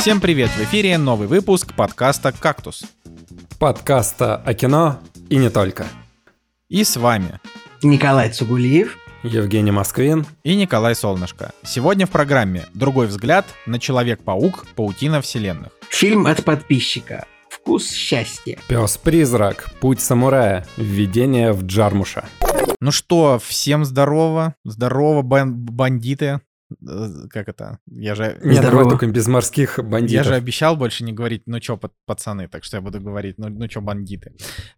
Всем привет! В эфире новый выпуск подкаста «Кактус». Подкаста о кино и не только. И с вами Николай Цугулиев, Евгений Москвин и Николай Солнышко. Сегодня в программе другой взгляд на Человек-паук. Паутина вселенных. фильм от подписчика «Вкус счастья». Пес-призрак. Путь самурая. Введение в Джармуша. Ну что, всем здорово. Здорово, бандиты. Как это? Я же... Не, давай только без морских бандитов. Я же обещал больше не говорить, ну чё, пацаны, так что я буду говорить, ну чё, бандиты.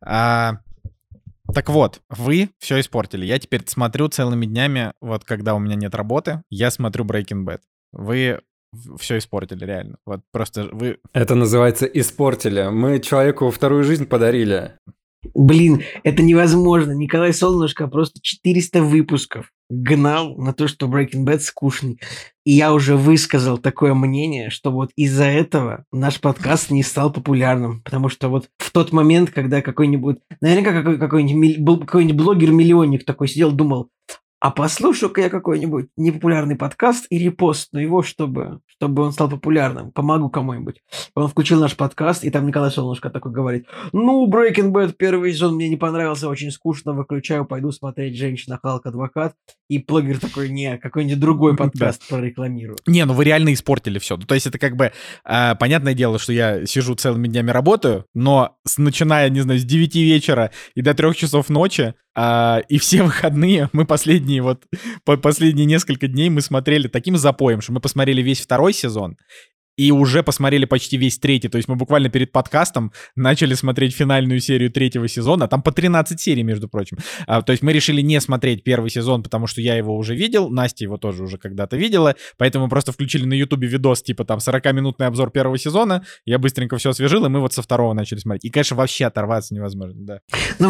Так вот, вы все испортили. Я теперь смотрю целыми днями, вот когда у меня нет работы, я смотрю Breaking Bad. Вы все испортили, реально. Вот просто вы... Это называется испортили. Мы человеку вторую жизнь подарили. Блин, это невозможно. Николай Солнышко просто 400 выпусков гнал на то, что Breaking Bad скучный. И я уже высказал такое мнение, что вот из-за этого наш подкаст не стал популярным. Потому что вот в тот момент, когда какой-нибудь... Наверняка какой-нибудь блогер-миллионник такой сидел, думал, а послушаю-ка я какой-нибудь непопулярный подкаст и репостну его, чтобы он стал популярным. Помогу кому-нибудь. Он включил наш подкаст, и там Николай Солнышко такой говорит, ну, Breaking Bad первый сезон мне не понравился, очень скучно, выключаю, пойду смотреть «Женщина Халк Адвокат». И блогер такой, не, какой-нибудь другой подкаст прорекламирую. Не, ну вы реально испортили все. То есть это как бы, понятное дело, что я сижу целыми днями работаю, но начиная, не знаю, с 9 вечера и до 3 часов ночи, и все выходные мы последние несколько дней мы смотрели таким запоем, что мы посмотрели весь второй сезон и уже посмотрели почти весь третий. То есть мы буквально перед подкастом начали смотреть финальную серию третьего сезона. Там по 13 серий, между прочим. То есть мы решили не смотреть первый сезон, потому что я его уже видел. Настя его тоже уже когда-то видела. Поэтому мы просто включили на Ютубе видос, типа там 40-минутный обзор первого сезона. Я быстренько все освежил, и мы вот со второго начали смотреть. И, конечно, вообще оторваться невозможно, да. Ну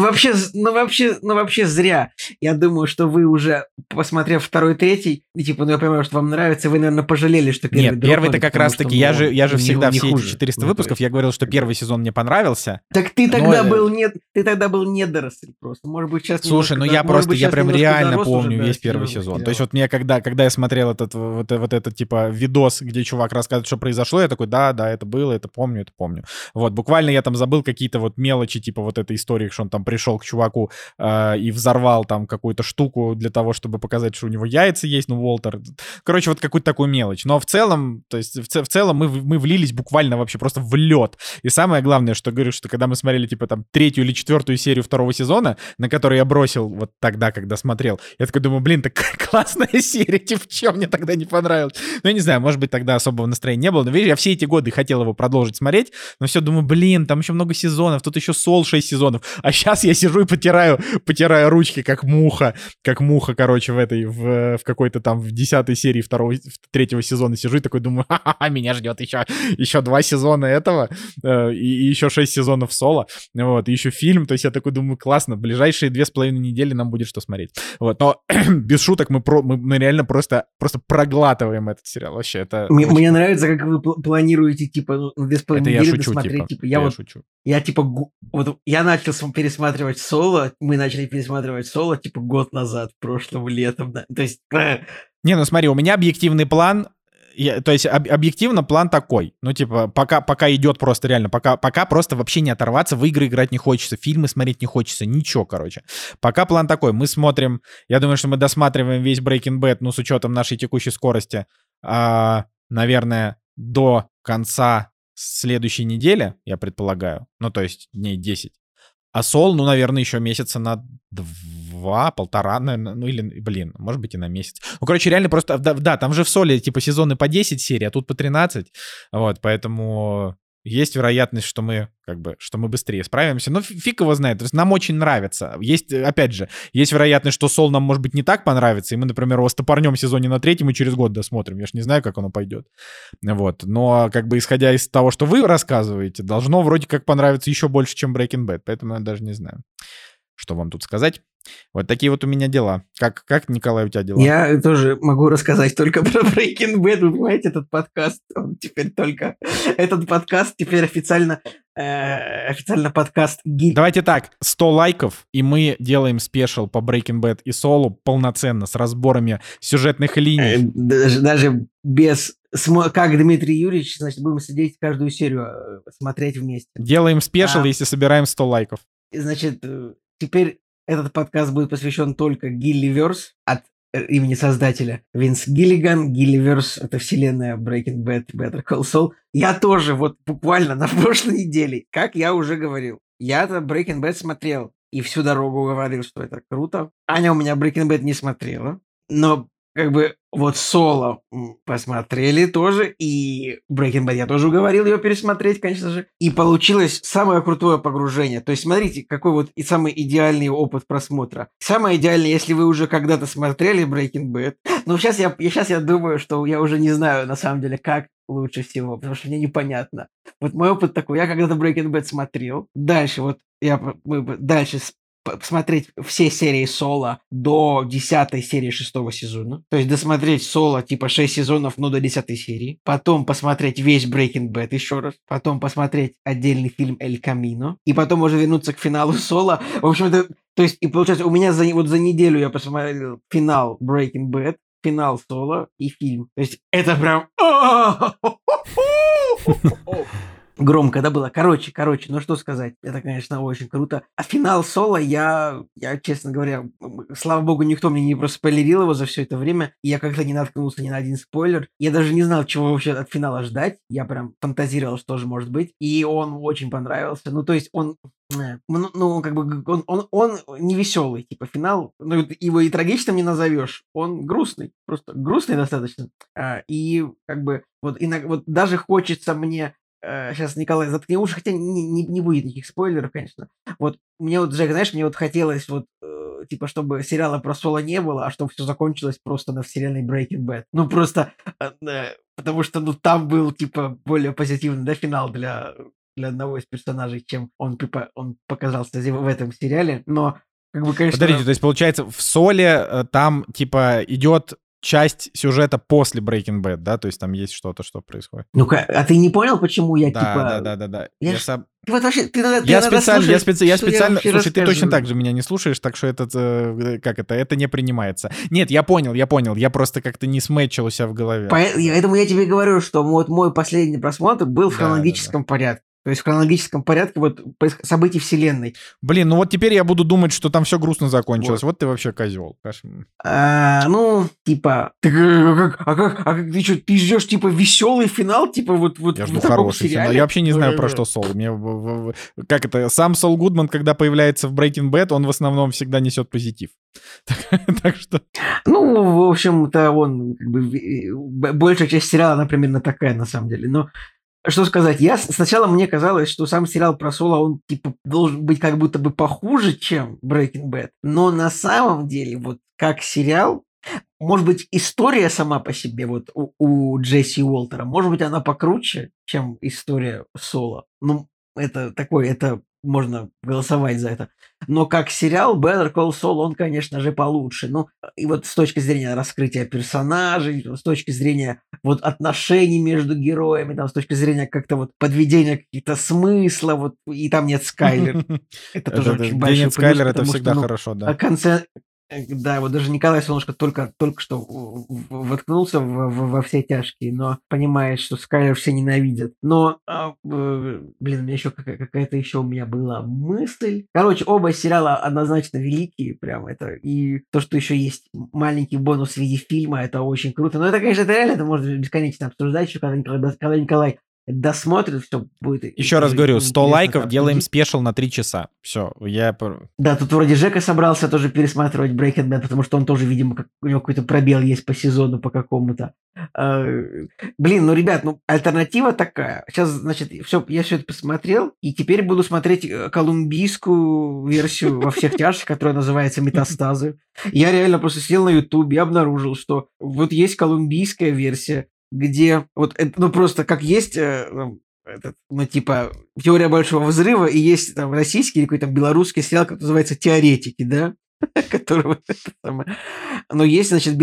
вообще зря. Я думаю, что вы уже, посмотрев второй, третий, и типа, ну я понимаю, что вам нравится, вы, наверное, пожалели, что первый Нет, первый-то как раз-таки, я же всегда все эти 400 выпусков, я говорил, что первый сезон мне понравился. Так ты тогда был недоросль просто. Может быть, сейчас... Слушай, ну я прям реально помню весь первый сезон. То есть вот мне, когда я смотрел этот типа видос, где чувак рассказывает, что произошло, я такой, да, это было, это помню. Вот, буквально я там забыл какие-то вот мелочи, типа вот этой истории, что он там пришел к чуваку и взорвал там какую-то штуку для того, чтобы показать, что у него яйца есть, ну, Уолтер. Короче, вот какую-то такую мелочь. Но в целом, то есть в целом мы влились буквально вообще просто в лед. И самое главное, что говорю, что когда мы смотрели типа там 3-ю или 4-ю серию второго сезона, на которую я бросил вот тогда, когда смотрел, я такой думаю, блин, такая классная серия, типа, что мне тогда не понравилось? Ну, я не знаю, может быть, тогда особого настроения не было, но видишь, я все эти годы хотел его продолжить смотреть, но все думаю, блин, там еще много сезонов, тут еще Сол 6 сезонов, а сейчас я сижу и потираю ручки, как муха, короче, в какой-то там в 10-й серии 3-го сезона сижу и такой думаю, ха-ха-ха, меня ждет еще 2 сезона этого, и еще 6 сезонов Соло, вот, и еще фильм, то есть я такой думаю, классно, ближайшие 2,5 недели нам будет что смотреть, вот, но без шуток мы реально просто проглатываем этот сериал, вообще, это... Мне нравится, как вы планируете, типа, 2,5 недели досмотреть, типа, я шучу. Я, типа, вот, я начал пересматривать Соло, мы начали пересматривать Соло, типа, год назад, прошлым летом, да, то есть... Не, ну смотри, у меня объективный план, то есть объективно план такой, ну типа пока идет просто реально, пока просто вообще не оторваться, в игры играть не хочется, фильмы смотреть не хочется, ничего, короче. Пока план такой, мы смотрим, я думаю, что мы досматриваем весь Breaking Bad, ну с учетом нашей текущей скорости, наверное, до конца следующей недели, я предполагаю, ну то есть дней 10. А Сол, ну, наверное, еще месяца на 2-1,5, наверное, ну, или, блин, может быть, и на месяц. Ну, короче, реально просто, да, там же в Соле, типа, сезоны по 10 серий, а тут по 13, вот, поэтому есть вероятность, что мы быстрее справимся. Но фиг его знает. То есть нам очень нравится. Есть, опять же, есть вероятность, что Сол нам, может быть, не так понравится, и мы, например, его стопорнем в сезоне на 3-м и через год досмотрим. Я ж не знаю, как оно пойдет. Вот. Но, как бы, исходя из того, что вы рассказываете, должно вроде как понравиться еще больше, чем Breaking Bad. Поэтому я даже не знаю, что вам тут сказать. Вот такие вот у меня дела. Как, Николай, у тебя дела? Я тоже могу рассказать только про Breaking Bad. Вы понимаете, этот подкаст теперь официально подкаст гильдии. Давайте так, 100 лайков, и мы делаем спешл по Breaking Bad и Солу полноценно, с разборами сюжетных линий. Даже без как Дмитрий Юрьевич, значит, будем сидеть каждую серию смотреть вместе. Делаем спешл, если собираем 100 лайков. Значит, теперь этот подкаст будет посвящен только Гилливерс от имени создателя Винс Гиллиган. Гилливерс — это вселенная Breaking Bad, Better Call Saul. Я тоже вот буквально на прошлой неделе, как я уже говорил, я-то Breaking Bad смотрел и всю дорогу говорил, что это круто. Аня у меня Breaking Bad не смотрела, но как бы вот Соло посмотрели тоже, и Breaking Bad я тоже уговорил ее пересмотреть, конечно же. И получилось самое крутое погружение. То есть смотрите, какой вот и самый идеальный опыт просмотра. Самое идеальное, если вы уже когда-то смотрели Breaking Bad. Но сейчас я думаю, что я уже не знаю на самом деле, как лучше всего, потому что мне непонятно. Вот мой опыт такой, я когда-то Breaking Bad смотрел, дальше посмотреть все серии Соло до 10 серии 6 сезона. То есть досмотреть Соло типа 6 сезонов, но до 10 серии. Потом посмотреть весь Breaking Bad еще раз. Потом посмотреть отдельный фильм «Эль Камино». И потом уже вернуться к финалу Соло. В общем, то есть, и получается, у меня за неделю я посмотрел финал Breaking Bad, финал Соло и фильм. То есть это прям... Громко, да, было? Короче, ну что сказать, это, конечно, очень круто. А финал Соло я, честно говоря, слава богу, никто мне не проспойлерил его за все это время, и я как-то не наткнулся ни на один спойлер. Я даже не знал, чего вообще от финала ждать, я прям фантазировал, что же может быть, и он очень понравился. Ну, то есть он как бы, он не веселый, типа, финал, ну, его и трагичным не назовешь, он грустный, просто грустный достаточно. И, как бы, вот даже хочется мне... Сейчас, Николай, заткни уши, хотя не будет никаких спойлеров, конечно. Вот мне вот, Жек, знаешь, мне вот хотелось вот, типа, чтобы сериала про Соло не было, а чтобы все закончилось просто на вселенной Breaking Bad. Ну, просто, потому что, ну, там был, типа, более позитивный, да, финал для одного из персонажей, чем он показался в этом сериале. Но, как бы, конечно... Подождите, то есть, получается, в Соле там, типа, идет... часть сюжета после Breaking Bad, да? То есть там есть что-то, что происходит. Ну-ка, а ты не понял, почему я, типа... Да. Я специально... Слушай, ты точно так же меня не слушаешь, так что это не принимается. Нет, я понял. Я просто как-то не смэтчил у себя в голове. Поэтому я тебе говорю, что вот мой последний просмотр был в хронологическом порядке. То есть в хронологическом порядке вот событий вселенной. Блин, ну вот теперь я буду думать, что там все грустно закончилось. Вот ты вообще козел. Ну, типа, ты что, ты ждешь, типа, веселый финал? Типа, вот я жду хороший финал. Я вообще не знаю, про что Сол. Как это? Сам Сол Гудман, когда появляется в Breaking Bad, он в основном всегда несет позитив. Так что... Ну, в общем-то, он... Большая часть сериала, она примерно такая, на самом деле. Но... Что сказать, сначала мне казалось, что сам сериал про Соло, он типа должен быть как будто бы похуже, чем Breaking Bad. Но на самом деле, вот как сериал, может быть, история сама по себе, вот у Джесси Уолтера, может быть, она покруче, чем история Соло. Ну, это можно голосовать за это. Но как сериал Better Call Saul, он, конечно же, получше. Ну, и вот с точки зрения раскрытия персонажей, с точки зрения вот отношений между героями, там, с точки зрения как-то вот подведения каких-то смысла, вот, и там нет Скайлер. Это тоже очень большой плюс. Нет Скайлер, это всегда хорошо, да. Да, вот даже Николай Солнышко только что воткнулся во все тяжкие, но понимает, что Скайлер все ненавидят. Но, блин, у меня еще какая-то еще у меня была мысль. Короче, оба сериала однозначно великие, прям это. И то, что еще есть маленький бонус в виде фильма, это очень круто. Но это, конечно, это реально, это можно бесконечно обсуждать еще, когда Николай досмотрит, все будет. Еще раз говорю, 100 лайков, делаем спешл на 3 часа. Все, Да, тут вроде Жека собрался тоже пересматривать Breaking Bad, потому что он тоже, видимо, у него какой-то пробел есть по сезону, по какому-то. Блин, ну, ребят, альтернатива такая. Сейчас, значит, я все это посмотрел, и теперь буду смотреть колумбийскую версию «Во всех тяжких», которая называется «Метастазы». Я реально просто сел на YouTube и обнаружил, что вот есть колумбийская версия, где вот, ну, просто как есть, типа, «Теория большого взрыва», и есть там российский или какой-то белорусский сериал, который называется «Теоретики», да? Который вот это самое. Но есть, значит,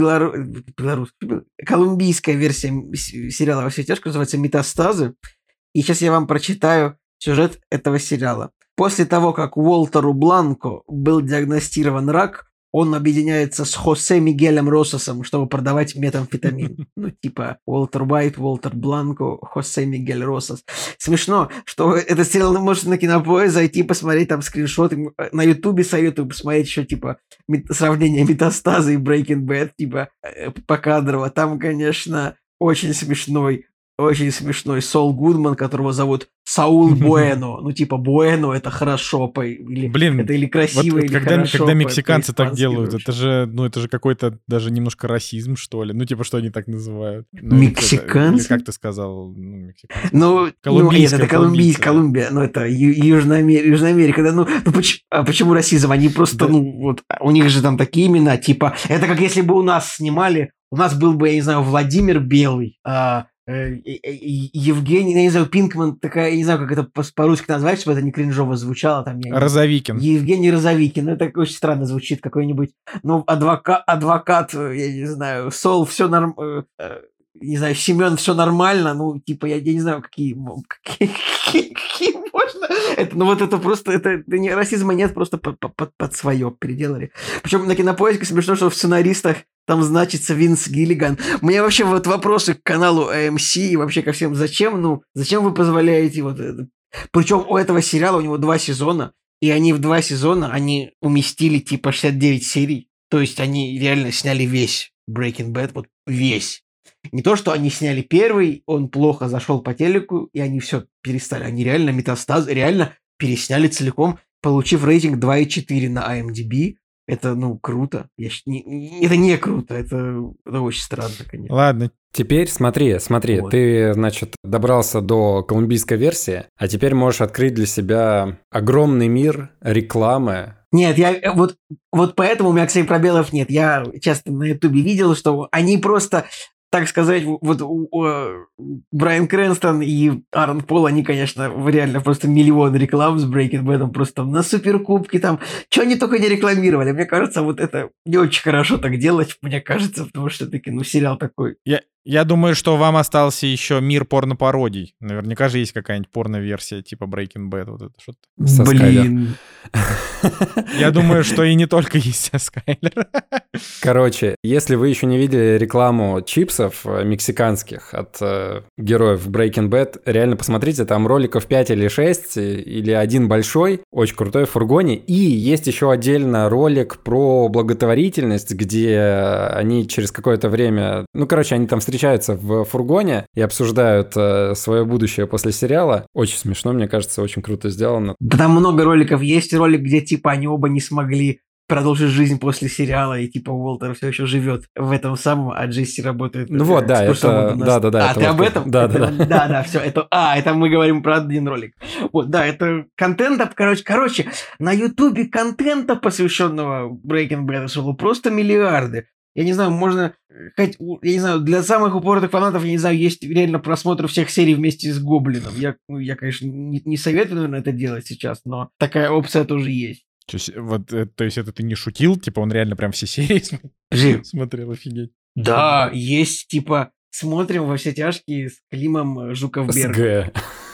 колумбийская версия сериала «Во все тяжкие», называется «Метастазы». И сейчас я вам прочитаю сюжет этого сериала. После того, как Уолтеру Бланко был диагностирован рак, он объединяется с Хосе Мигелем Рососом, чтобы продавать метамфетамин. Ну, типа Уолтер Уайт, Уолтер Бланко, Хосе Мигель Росос. Смешно, что этот сериал можно на Кинопоиск зайти, посмотреть там скриншоты. На Ютубе советую посмотреть еще, типа, сравнение Метастаза и Breaking Bad, типа, покадрово. Там, конечно, очень смешной Сол Гудман, которого зовут Саул Буэно. Ну, типа, Буэно — это хорошо, или красиво, или хорошо. Когда мексиканцы так делают, это же какой-то даже немножко расизм, что ли. Ну, типа, что они так называют? Мексиканцы? Или как ты сказал? Мексиканцы. Ну, нет, это Колумбия. Ну, это Южная Америка. Да, почему расизм? Они просто, у них же там такие имена, типа, это как если бы у нас снимали, у нас был бы, я не знаю, Владимир Белый, Евгений, я не знаю, Пинкман, такая, я не знаю, как это по-русски назвать, чтобы это не кринжово звучало. Там, Розовикин. Евгений Розовикин. Это очень странно звучит, какой-нибудь, адвокат, я не знаю, Сол, все нормально, не знаю, Семен, все нормально, ну, типа, я не знаю, какие можно. Это просто, это не расизма нет, просто под свое переделали. Причем на Кинопоиске смешно, что в сценаристах там значится Винс Гиллиган. У меня вообще вот вопросы к каналу AMC и вообще ко всем. Зачем вы позволяете вот это? Причем у этого сериала, у него 2 сезона, и они в 2 сезона, они уместили типа 69 серий. То есть они реально сняли весь Breaking Bad, вот весь. Не то, что они сняли первый, он плохо зашел по телеку, и они все перестали. Они реально Метастаз, реально пересняли целиком, получив рейтинг 2,4 на IMDb. Это, круто. Это не круто, это очень странно, конечно. Ладно. Теперь смотри, вот. Ты, значит, добрался до колумбийской версии, а теперь можешь открыть для себя огромный мир рекламы. Нет, вот поэтому у меня, кстати, пробелов нет. Я часто на Ютубе видел, что они просто, так сказать, вот Брайан Крэнстон и Аарон Пол, они, конечно, реально просто миллион реклам с Breaking Bad, просто там на Суперкубке, там, что они только не рекламировали. Мне кажется, вот это не очень хорошо так делать, мне кажется, потому что все-таки, сериал такой. Я думаю, что вам остался еще мир порно-пародий. Наверняка же есть какая-нибудь порно-версия типа Breaking Bad. Вот это что-то. Блин. Я думаю, что и не только есть Скайлер. Короче, если вы еще не видели рекламу чипсов мексиканских от героев Breaking Bad, реально посмотрите, там роликов 5 или 6, или один большой, очень крутой в фургоне. И есть еще отдельно ролик про благотворительность, где они через какое-то время... они там встречаются в фургоне и обсуждают свое будущее после сериала. Очень смешно, мне кажется, очень круто сделано. Да там много роликов. Есть ролик, где типа они оба не смогли продолжить жизнь после сериала, и типа Уолтер все еще живет в этом самом, а Джесси работает. Да. Ты об этом? Да, все. Это мы говорим про один ролик. Вот, да, это контента, короче, на Ютубе контента, посвященного Breaking Bad, просто миллиарды. Я не знаю, для самых упоротых фанатов, есть реально просмотр всех серий вместе с Гоблином. Я конечно, не советую, наверное, это делать сейчас, но такая опция тоже есть. То есть это ты не шутил? Типа он реально прям все серии смотрел, офигеть. Да, есть, типа, смотрим «Во все тяжкие» с Климом Жуковбергом.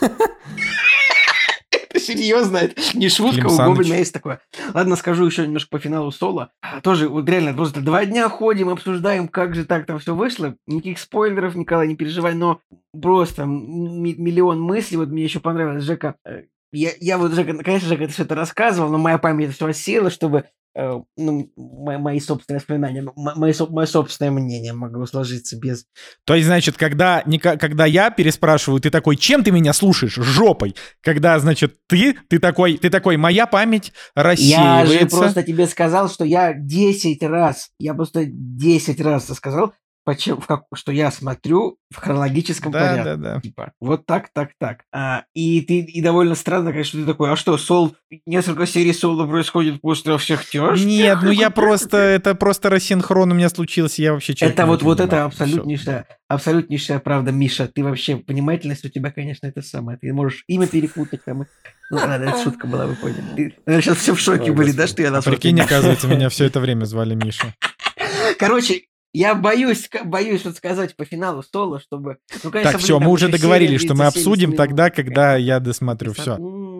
Серьезно, это не шутка, у Гоблина есть такое. Ладно, скажу еще немножко по финалу Соло. Тоже вот реально просто 2 дня ходим, обсуждаем, как же так там все вышло. Никаких спойлеров, Николай, не переживай, но просто миллион мыслей. Вот мне еще понравилось, Жека. Жека, конечно, Жека, ты все это рассказывал, но моя память это все осела, чтобы мои собственные воспоминания, мое собственное мнение могло сложиться без... То есть, значит, когда я переспрашиваю, ты такой, чем ты меня слушаешь? Жопой. Когда, значит, ты такой, моя память рассеивается. Я же просто тебе сказал, что я 10 раз сказал, что я смотрю в хронологическом порядке. Да. Типа, вот так. И довольно странно, конечно, ты такой, а что, несколько серий Соло происходит после всех тяжких? Нет, это просто рассинхрон у меня случился, я вообще... Это это абсолютнейшая правда, Миша, ты вообще, внимательность у тебя, конечно, это самое, ты можешь имя перепутать там. Ладно, это шутка была, вы поняли. Наверное, сейчас все в шоке были, да, что я назвал? Прикинь, оказывается, меня все это время звали Миша. Короче, я боюсь вот сказать по финалу Соло, чтобы... Так, все, мы уже договорились, что мы обсудим тогда, когда я досмотрю. Все.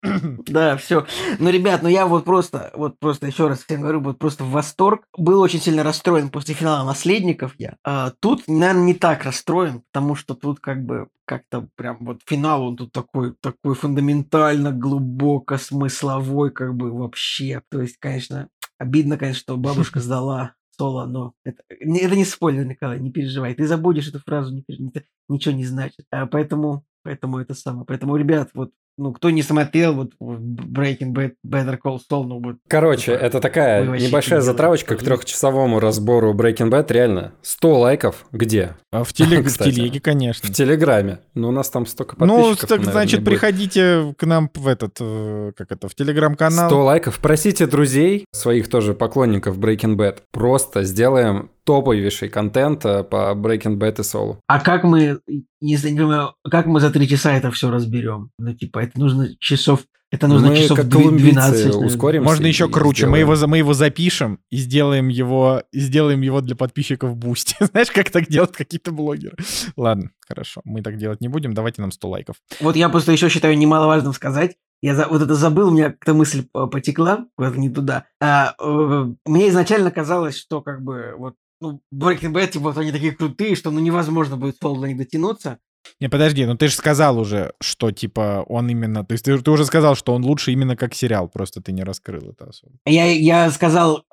Да, все. Ну, ребят, я вот просто еще раз всем говорю, вот просто в восторг. Был очень сильно расстроен после финала «Наследников» я. Тут, наверное, не так расстроен, потому что тут как-то прям вот финал, он тут такой фундаментально, глубоко смысловой, вообще. То есть, конечно, обидно, конечно, что бабушка сдала Соло, но это не спойлер, Николай, не переживай. Ты забудешь эту фразу, ничего не значит. Поэтому это самое. Поэтому, ребят, вот, кто не смотрел, вот Breaking Bad, Better Call Saul, Короче, это такая небольшая затравочка к 3-часовому разбору Breaking Bad, реально. 100 лайков где? В телеге, конечно. В Телеграме. Но у нас там столько подписчиков, наверное, значит, приходите к нам в в Телеграм-канал. 100 лайков. Просите друзей, своих тоже поклонников Breaking Bad. Просто сделаем топовейший контент по Breaking Bad и Soul. А как мы за 3 часа это все разберем? Это нужно часов... Это нужно часов 12. Ускоримся. Можно еще круче. Мы его запишем и сделаем его для подписчиков в Бусти. Знаешь, как так делают какие-то блогеры? Ладно, хорошо. Мы так делать не будем. Давайте нам 100 лайков. Вот я просто еще считаю немаловажным сказать. Я вот это забыл, у меня как-то мысль потекла куда-то не туда. Мне изначально казалось, что Breaking Bad, вот они такие крутые, что невозможно будет Соло до них дотянуться. Не, подожди, ты же сказал уже, что он именно... То есть ты уже сказал, что он лучше именно как сериал, просто ты не раскрыл это особо. Я сказал,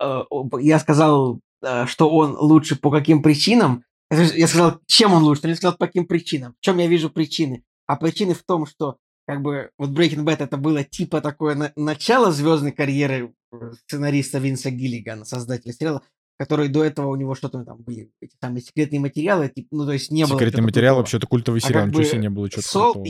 что он лучше по каким причинам. Я сказал, чем он лучше, я не сказал, по каким причинам. В чем я вижу причины. А причины в том, что вот Breaking Bad это было типа такое начало звездной карьеры сценариста Винса Гиллигана, создателя сериала, который до этого у него что-то там были эти самые секретные материалы, то есть не было. Секретный материал вообще-то культовый сериал, ничего себе не было что-то Сол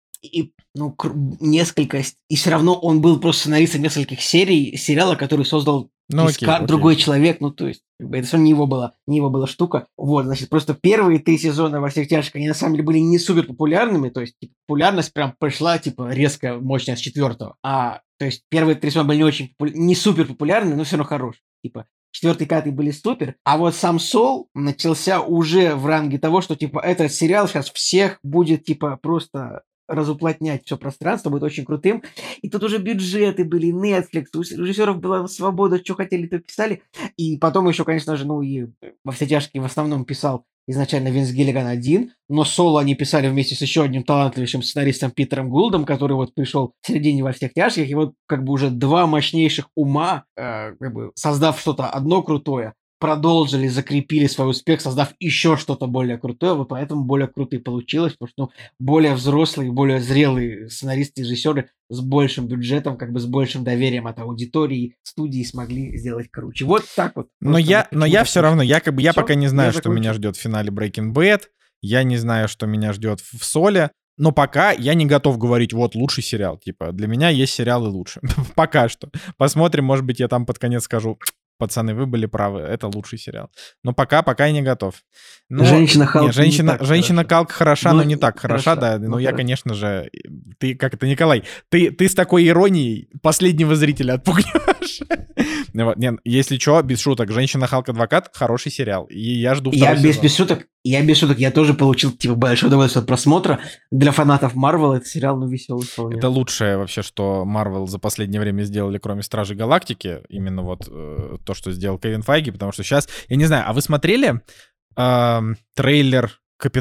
несколько, и все равно он был просто сценаристом нескольких серий сериала, который создал другой человек, то есть это все не его была штука. Вот, значит, просто первые 3 сезона «Во всех тяжких», они на самом деле были не супер популярными, то есть популярность прям пришла резко мощная с 4-го. То есть первые 3 сезона были не супер популярны, но все равно хорошие. 4-й, 5-й были супер, а вот сам Сол начался уже в ранге того, что этот сериал сейчас всех будет просто разуплотнять все пространство, будет очень крутым. И тут уже бюджеты были, Netflix, у режиссеров была свобода, что хотели, то писали. И потом еще, конечно же, и «Во все тяжкие» в основном писал изначально Винс Гиллиган один, но Соло они писали вместе с еще одним талантливым сценаристом Питером Гулдом, который пришел в середине «Во всех тяжких», и уже 2 мощнейших ума, создав что-то одно крутое, продолжили, закрепили свой успех, создав еще что-то более крутое, поэтому более крутые получилось, потому что более взрослые, более зрелые сценаристы, режиссеры с большим бюджетом, с большим доверием от аудитории, студии смогли сделать круче. Вот так вот. Но я все равно, я пока не знаю, что меня ждет в финале Breaking Bad, я не знаю, что меня ждет в Соле, но пока я не готов говорить, вот, лучший сериал. Для меня есть сериалы лучше. Пока что. Посмотрим, может быть, я там под конец скажу... Пацаны, вы были правы, это лучший сериал. Но пока я не готов. Женщина-Халк Женщина-Калк хороша, но не так хороша, да. Я, конечно же... Ты, Николай, ты с такой иронией последнего зрителя отпугнешь. Если что, без шуток, «Женщина-Халк-адвокат» хороший сериал. И я жду второй сезон. Без шуток, я тоже получил большое удовольствие от просмотра. Для фанатов Марвел это сериал, веселый вполне. Это лучшее вообще, что Марвел за последнее время сделали, кроме «Стражей Галактики». Именно то, что сделал Кевин Файги, потому что сейчас... Я не знаю, а вы смотрели трейлер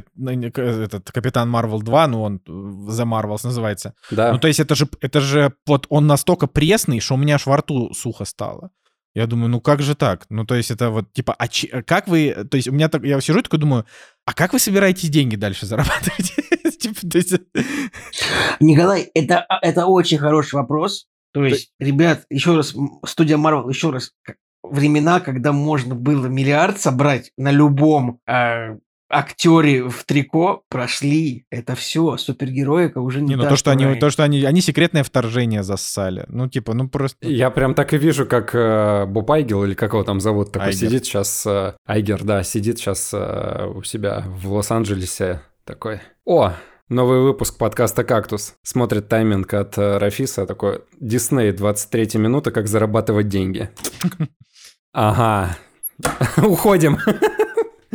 Капитан Марвел 2, он The Marvels называется? Да. То есть это же он настолько пресный, что у меня аж во рту сухо стало. Я думаю, как же так? То есть это как вы... То есть у меня так... Я сижу и такой думаю, а как вы собираетесь деньги дальше зарабатывать? Николай, это очень хороший вопрос. То есть, ребят, еще раз, студия Marvel, еще раз, времена, когда можно было миллиард собрать на любом актеры в трико, прошли. Это все, супергероика уже не то, что они секретное вторжение зассали. Просто... Я прям так и вижу, как Боб Айгер, или как его там зовут, такой сидит сейчас... Айгер, да, сидит сейчас у себя в Лос-Анджелесе такой. Новый выпуск подкаста «Кактус». Смотрит тайминг от Рафиса, такой: Дисней, 23 минута, как зарабатывать деньги. Ага. Уходим.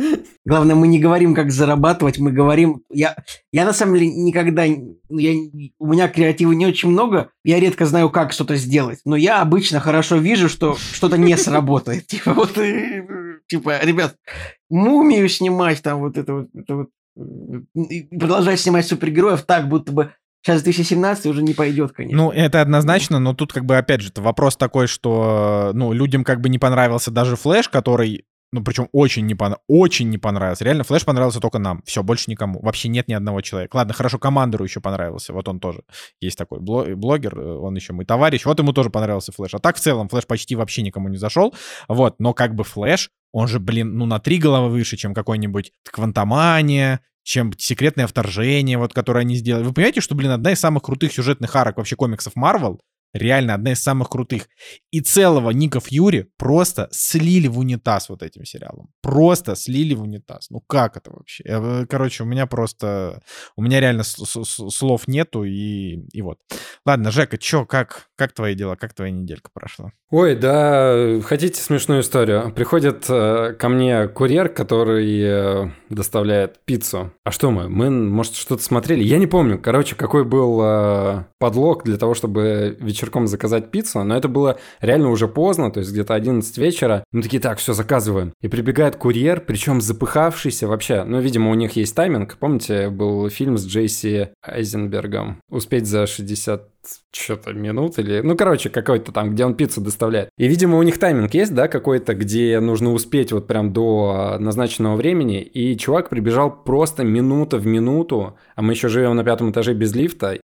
Главное, мы не говорим, как зарабатывать, мы говорим... Я на самом деле никогда... У меня креатива не очень много, я редко знаю, как что-то сделать, но я обычно хорошо вижу, что что-то не сработает. Типа, вот, типа, ребят, мумию снимать, там, вот это вот, продолжать снимать супергероев так, будто бы сейчас 2017 уже не пойдет, конечно. Ну, это однозначно, но тут как бы, опять же, вопрос такой, что, ну, людям как бы не понравился даже Флэш, который, ну, причем очень не понравился. Реально, Флэш понравился только нам. Все, больше никому. Вообще нет ни одного человека. Ладно, хорошо, Командеру еще понравился. Вот он тоже есть такой блогер, он еще мой товарищ. Вот ему тоже понравился Флэш. А так, в целом, Флэш почти вообще никому не зашел. Вот, но как бы Флэш, он же, блин, ну, на 3 головы выше, чем какой-нибудь Квантомания, чем секретное вторжение, вот, которое они сделали. Вы понимаете, что, блин, одна из самых крутых сюжетных арок вообще комиксов Marvel, реально одна из самых крутых. И целого Ника Фьюри просто слили в унитаз вот этим сериалом. Просто слили в унитаз. Ну как это вообще? Короче, у меня реально слов нету, и вот. Ладно, Жека, чё, как твои дела? Как твоя неделька прошла? Ой, да, хотите смешную историю? Приходит ко мне курьер, который доставляет пиццу. А что мы, может, что-то смотрели? Я не помню, короче, какой был подлог для того, чтобы вечерком заказать пиццу, но это было реально уже поздно, то есть где-то 11 вечера. Мы такие, так, все, заказываем. И прибегает курьер, причем запыхавшийся вообще. Ну, видимо, у них есть тайминг. Помните, был фильм с Джейси Айзенбергом «Успеть за 60 что-то минут» или... Ну, короче, какой-то там, где он пиццу доставляет. И, видимо, у них тайминг есть, да, какой-то, где нужно успеть вот прям до назначенного времени. И чувак прибежал просто минута в минуту, а мы еще живем на 5-м этаже без лифта.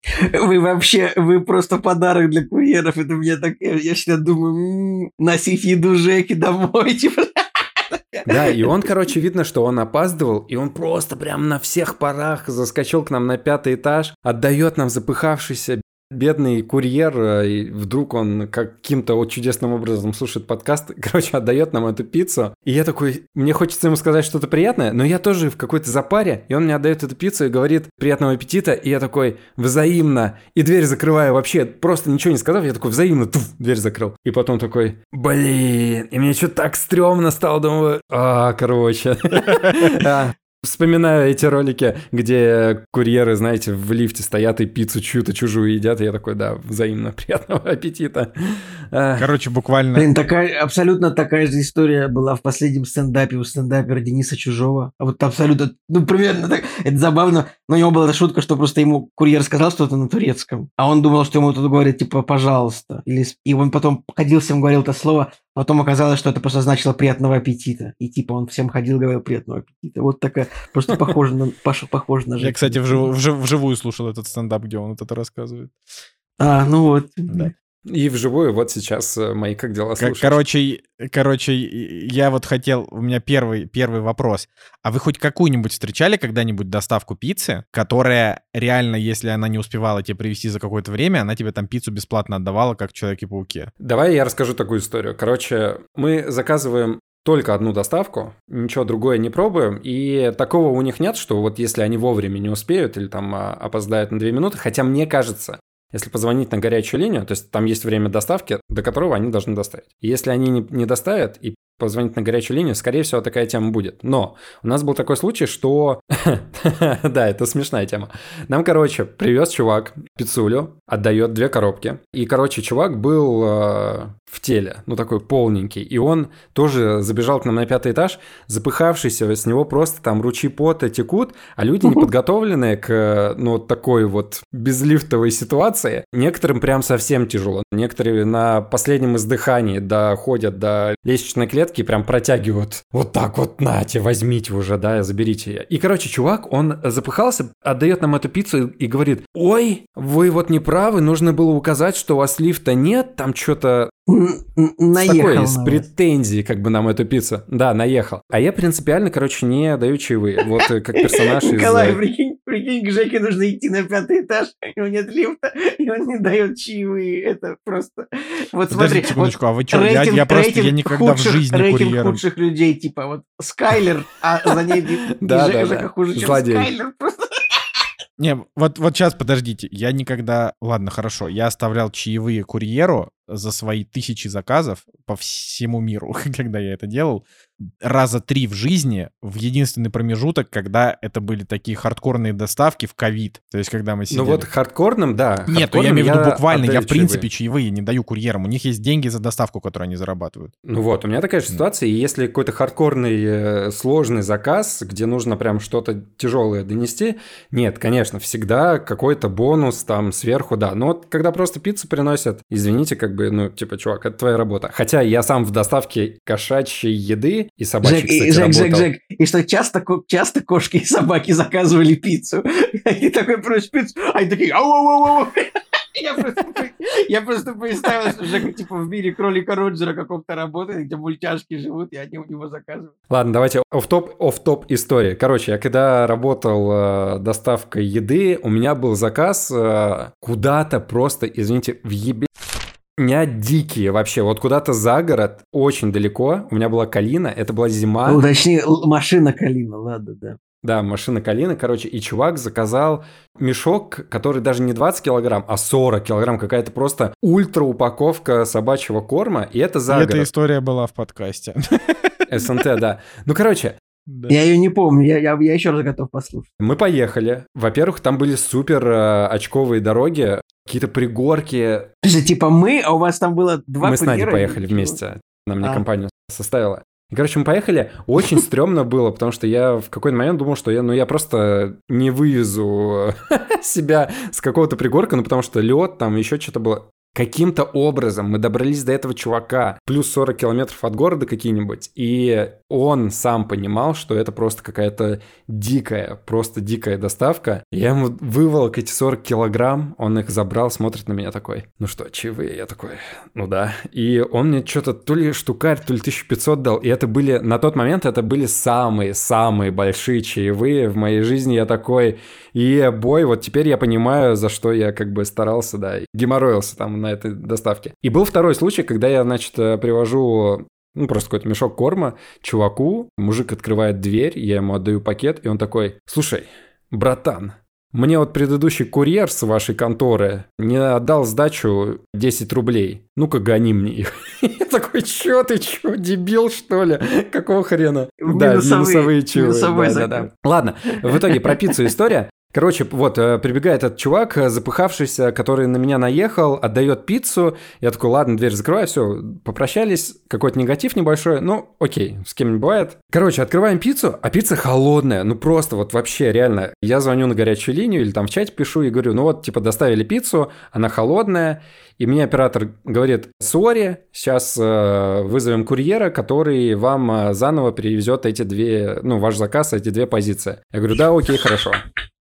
Вы просто подарок для курьеров. Это мне так... Я всегда думаю, носить еду Жеке домой, типа... Да, и он, короче, видно, что он опаздывал, и он просто прям на всех парах заскочил к нам на 5-й этаж, отдает нам запыхавшийся бедный курьер, и вдруг он каким-то чудесным образом слушает подкаст, короче, отдает нам эту пиццу. И я такой, мне хочется ему сказать что-то приятное, но я тоже в какой-то запаре, и он мне отдает эту пиццу и говорит «приятного аппетита», и я такой «взаимно», и дверь закрываю вообще, просто ничего не сказав, я такой «взаимно», дверь закрыл. И потом такой «блин», и мне что-то так стрёмно стало, думаю, короче. Вспоминаю эти ролики, где курьеры, знаете, в лифте стоят и пиццу чью-то чужую едят, и я такой, да, взаимно, приятного аппетита. Короче, буквально... Блин, абсолютно такая же история была в последнем стендапе у стендапера Дениса Чужого. А вот абсолютно, ну, примерно так, это забавно, но у него была шутка, что просто ему курьер сказал что-то на турецком, а он думал, что ему тут говорит, типа, пожалуйста. И он потом ходил всем, говорил это слово, а потом оказалось, что это просто значило приятного аппетита. И типа он всем ходил, говорил приятного аппетита. Вот такая, просто похоже на Жеку. Я, кстати, вживую слушал этот стендап, где он вот это рассказывает. Ну вот. Да. И вживую вот сейчас мои «Как дела?» слушаешь. Короче, я вот хотел, у меня первый вопрос. А вы хоть какую-нибудь встречали когда-нибудь доставку пиццы, которая реально, если она не успевала тебе привезти за какое-то время, она тебе там пиццу бесплатно отдавала, как в «Человеке-пауке»? Давай я расскажу такую историю. Короче, мы заказываем только одну доставку, ничего другое не пробуем, и такого у них нет, что вот если они вовремя не успеют или там опоздают на 2 минуты, хотя мне кажется, если позвонить на горячую линию, то есть там есть время доставки, до которого они должны доставить. И если они не доставят и позвонить на горячую линию, скорее всего, такая тема будет. Но у нас был такой случай, что... Да, это смешная тема. Нам, короче, привез чувак пиццулю, отдает 2 коробки. И, короче, чувак был в теле, ну, такой полненький. И он тоже забежал к нам на 5-й этаж, запыхавшийся, с него просто там ручьи пота текут, а люди неподготовленные к, ну, такой вот безлифтовой ситуации. Некоторым прям совсем тяжело. Некоторые на последнем издыхании доходят до лестничной клетки и прям протягивают. Вот так вот, нате, возьмите уже, да, заберите ее. И, короче, чувак, он запыхался, отдает нам эту пиццу и говорит: ой, вы вот не правы, нужно было указать, что у вас лифта нет, там что-то... Наехал. С претензией как бы нам эту пиццу. Да, наехал. А я принципиально, короче, не даю чаевые. Вот как персонаж из... Николай, прикинь, к Жеке нужно идти на 5-й этаж, у него нет лифта, и он не дает чаевые. Это просто... Вот смотри. Секундочку, а вы что? Я никогда в жизни курьером... Рейтинг худших людей, типа вот Скайлер, а за ней Жека хуже, чем Скайлер. Просто... Не, вот сейчас, подождите, я никогда... Ладно, хорошо, я оставлял чаевые курьеру за свои 1000 заказов по всему миру, когда я это делал. раза 3 в жизни в единственный промежуток, когда это были такие хардкорные доставки в ковид. То есть, когда мы сидели... Ну вот хардкорным, да. Нет, я имею в виду буквально, я в принципе чаевые не даю курьерам. У них есть деньги за доставку, которую они зарабатывают. Ну вот, у меня такая же ситуация, и если какой-то хардкорный сложный заказ, где нужно прям что-то тяжелое донести, нет, конечно, всегда какой-то бонус там сверху, да. Но вот когда просто пиццу приносят, извините, как бы, ну, типа, чувак, это твоя работа. Хотя я сам в доставке кошачьей еды и собачьей, кстати, работал. Жек, и что часто кошки и собаки заказывали пиццу. И такой просишь пиццу, а они такие ау-ау-ау-ау. Я просто представил, что Жека типа в мире кролика Роджера каком-то работает, где мультяшки живут, и они у него заказывают. Ладно, давайте офф-топ истории. Короче, я когда работал доставкой еды, у меня был заказ куда-то просто, извините, в ебе... Меня дикие вообще, вот куда-то за город, очень далеко. У меня была Калина, это была зима. Ну, точнее, машина Калина, ладно, да. Да, машина Калина, короче, и чувак заказал мешок, который даже не 20 килограмм, а 40 килограмм, какая-то просто ультра-упаковка собачьего корма, и это за город. Эта история была в подкасте. СНТ, да. Ну, короче... Да. Я ее не помню, я еще раз готов послушать. Мы поехали. Во-первых, там были супер очковые дороги, какие-то пригорки. Типа мы, а у вас там было два Мы с Надей поехали вместе. Она мне компанию составила. И, короче, мы поехали. Очень стрёмно было, потому что я в какой-то момент думал, что я просто не вывезу себя с какого-то пригорка, ну, потому что лед, там еще что-то было. Каким-то образом мы добрались до этого чувака, плюс 40 километров от города какие-нибудь, и он сам понимал, что это просто какая-то просто дикая доставка. Я ему выволок эти 40 килограмм, он их забрал, смотрит на меня такой, ну что, чаевые? Я такой, ну да. И он мне что-то то ли штукарь, то ли 1500 дал, и это были, на тот момент это были самые-самые большие чаевые в моей жизни. Я такой, бой, вот теперь я понимаю, за что я как бы старался, да, геморроился там на этой доставке. И был второй случай, когда я, значит, привожу, ну, просто какой-то мешок корма чуваку, мужик открывает дверь, я ему отдаю пакет, и он такой, слушай, братан, мне вот предыдущий курьер с вашей конторы не отдал сдачу 10 рублей. Ну-ка, гони мне их. Я такой, чё ты, дебил, что ли? Какого хрена? Да, минусовые чаевые. Да. Ладно, в итоге про пиццу история. Короче, вот, прибегает этот чувак, запыхавшийся, который на меня наехал, отдает пиццу. Я такой, ладно, дверь закрываю, все, попрощались. Какой-то негатив небольшой, ну, окей, с кем не бывает. Короче, открываем пиццу, а пицца холодная, ну, просто вот вообще реально. Я звоню на горячую линию или там в чате пишу и говорю, ну, вот, типа, доставили пиццу, она холодная. И мне оператор говорит, сори, сейчас вызовем курьера, который вам заново привезет эти две, ну, ваш заказ, эти две позиции. Я говорю, да, окей, хорошо.